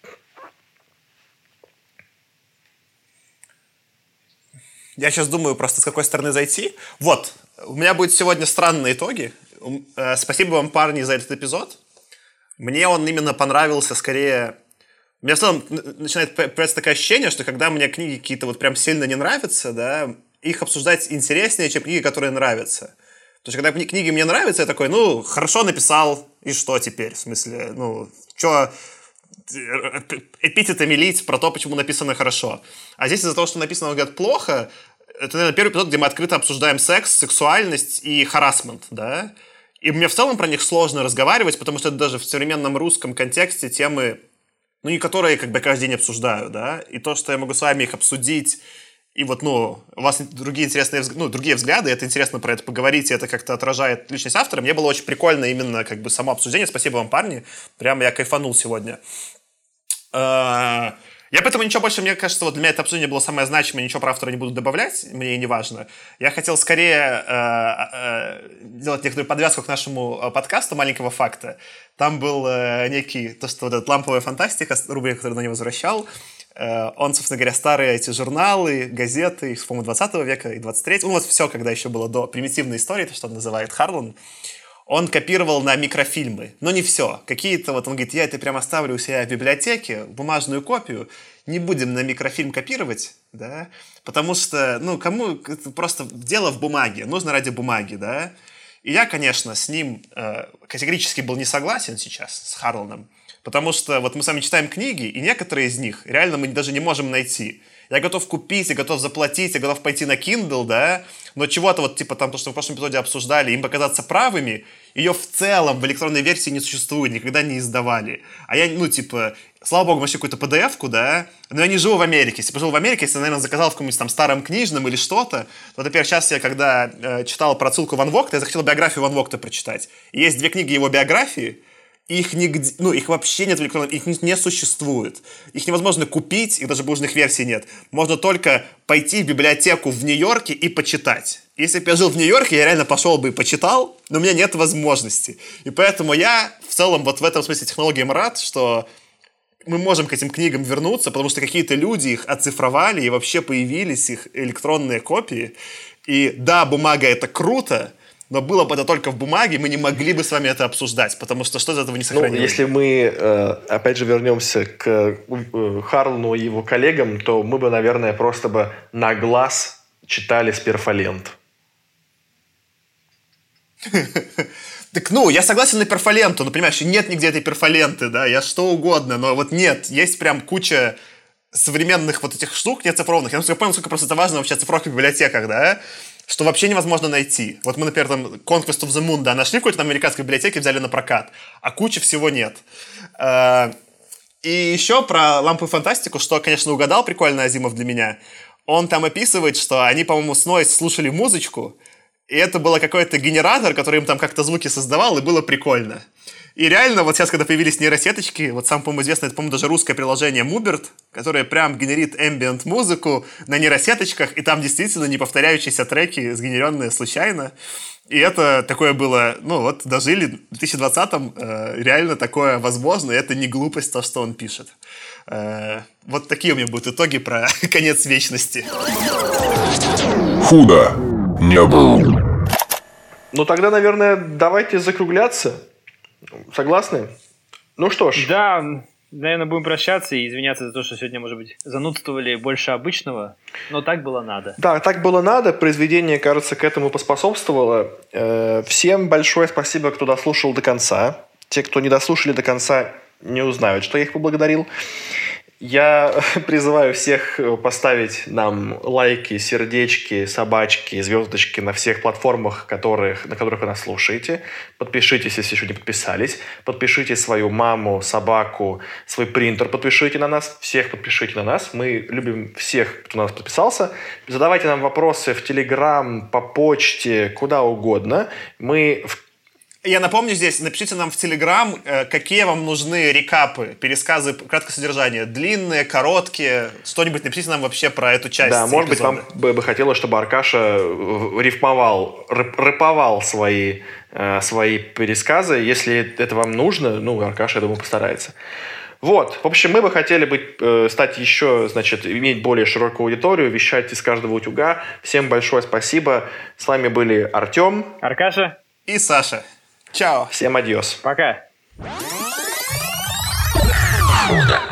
Я сейчас думаю просто, с какой стороны зайти. Вот, у меня будут сегодня странные итоги. Спасибо вам, парни, за этот эпизод. Мне он именно понравился скорее... У меня в целом начинает появляться такое ощущение, что когда мне книги какие-то вот прям сильно не нравятся, да, их обсуждать интереснее, чем книги, которые нравятся. Потому что когда книги мне нравятся, я такой, ну, хорошо написал, и что теперь? В смысле, ну, что эпитетами лить про то, почему написано хорошо. А здесь из-за того, что написано, говорят, плохо, это, наверное, первый эпизод, где мы открыто обсуждаем секс, сексуальность и харассмент, да. И мне в целом про них сложно разговаривать, потому что это даже в современном русском контексте темы, ну, не которые как бы каждый день обсуждаю, да. И то, что я могу с вами их обсудить, и вот, ну, у вас другие интересные, ну, другие взгляды, это интересно про это поговорить, и это как-то отражает личность автора. Мне было очень прикольно именно как бы само обсуждение. Спасибо вам, парни. Прямо я кайфанул сегодня. Я поэтому ничего больше, мне кажется, вот для меня это обсуждение было самое значимое, ничего про автора не буду добавлять, мне и не важно. Я хотел скорее сделать некоторую подвязку к нашему подкасту «Маленького факта». Там был некий, то, что вот эта ламповая фантастика, рубрика, которую на него возвращал. Он, собственно говоря, старые эти журналы, газеты, по-моему, 20 века и 23-го, ну вот все, когда еще было до примитивной истории, то, что он называет Харлан, он копировал на микрофильмы, но не все. Какие-то, вот он говорит, я это прям оставлю у себя в библиотеке, бумажную копию, не будем на микрофильм копировать, да, потому что, ну, кому, это просто дело в бумаге, нужно ради бумаги, да. И я, конечно, с ним категорически был не согласен сейчас, с Харланом, потому что вот мы с вами читаем книги, и некоторые из них реально мы даже не можем найти. Я готов купить, я готов заплатить, я готов пойти на Kindle, да, но чего-то вот типа там, то, что мы в прошлом эпизоде обсуждали, им показаться правыми, ее в целом в электронной версии не существует, никогда не издавали. А я, ну, типа, слава богу, вообще какую-то PDF-ку, да, но я не живу в Америке. Если бы жил в Америке, если, наверное, заказал в каком-нибудь там старом книжном или что-то, то, например, сейчас я, когда читал про отсылку Ван Вогта, я захотел биографию Ван Вогта прочитать. И есть 2 книги его биографии, их нигде, ну, их вообще нет в электронном, их не существует. Их невозможно купить, их даже бумажных версий нет. Можно только пойти в библиотеку в Нью-Йорке и почитать. Если бы я жил в Нью-Йорке, я реально пошел бы и почитал, но у меня нет возможности. И поэтому я в целом вот в этом смысле технологиям рад, что мы можем к этим книгам вернуться, потому что какие-то люди их оцифровали, и вообще появились их электронные копии. И да, бумага — это круто, но было бы это только в бумаге, мы не могли бы с вами это обсуждать, потому что что из этого не сохранилось?
Ну, если мы, опять же, вернемся к Харлану и его коллегам, то мы бы, наверное, просто бы на глаз читали с перфолент.
Так, ну, я согласен на перфоленту, но, понимаешь, нет нигде этой перфоленты, да, я что угодно, но вот нет, есть прям куча современных вот этих штук неоцифрованных. Я понял, сколько просто это важно вообще оцифровка в библиотеках, да, что вообще невозможно найти. Вот мы, например, там Conquest of the Moon, да, нашли в какой-то там американской библиотеке, взяли на прокат, а кучи всего нет. И еще про ламповую фантастику, что, конечно, угадал прикольно Азимов для меня. Он там описывает, что они, по-моему, с Нойс слушали музычку, и это был какой-то генератор, который им там как-то звуки создавал, и было прикольно. И реально, вот сейчас, когда появились нейросеточки, вот сам, по-моему, известно, это, по-моему, даже русское приложение Mubert, которое прям генерит ambient музыку на нейросеточках, и там действительно неповторяющиеся треки, сгенеренные случайно. И это такое было, ну вот, дожили в 2020-м, реально такое возможно, и это не глупость, то, что он пишет. Вот такие у меня будут итоги про конец вечности.
Худо не было.
Ну, тогда, наверное, давайте закругляться. Согласны? Ну что ж.
Да, наверное, будем прощаться и извиняться за то, что сегодня, может быть, занудствовали больше обычного, но так было надо.
Да, так было надо. Произведение, кажется, к этому поспособствовало. Всем большое спасибо, кто дослушал до конца. Те, кто не дослушали до конца, не узнают, что я их поблагодарил. Я призываю всех поставить нам лайки, сердечки, собачки, звездочки на всех платформах, на которых вы нас слушаете. Подпишитесь, если еще не подписались. Подпишите свою маму, собаку, свой принтер. Подпишите на нас. Всех подпишите на нас. Мы любим всех, кто на нас подписался. Задавайте нам вопросы в Telegram, по почте, куда угодно. Мы
Я напомню здесь, напишите нам в Телеграм, какие вам нужны рекапы, пересказы, краткое содержание. Длинные, короткие, что-нибудь напишите нам вообще про эту часть.
Да, может быть, вам бы хотелось, чтобы Аркаша рэповал свои пересказы. Если это вам нужно, Аркаша, я думаю, постарается. Вот, в общем, мы бы хотели стать еще, значит, иметь более широкую аудиторию, вещать из каждого утюга. Всем большое спасибо. С вами были Артем,
Аркаша
и Саша. Чао.
Всем адьос.
Пока.
Фуда.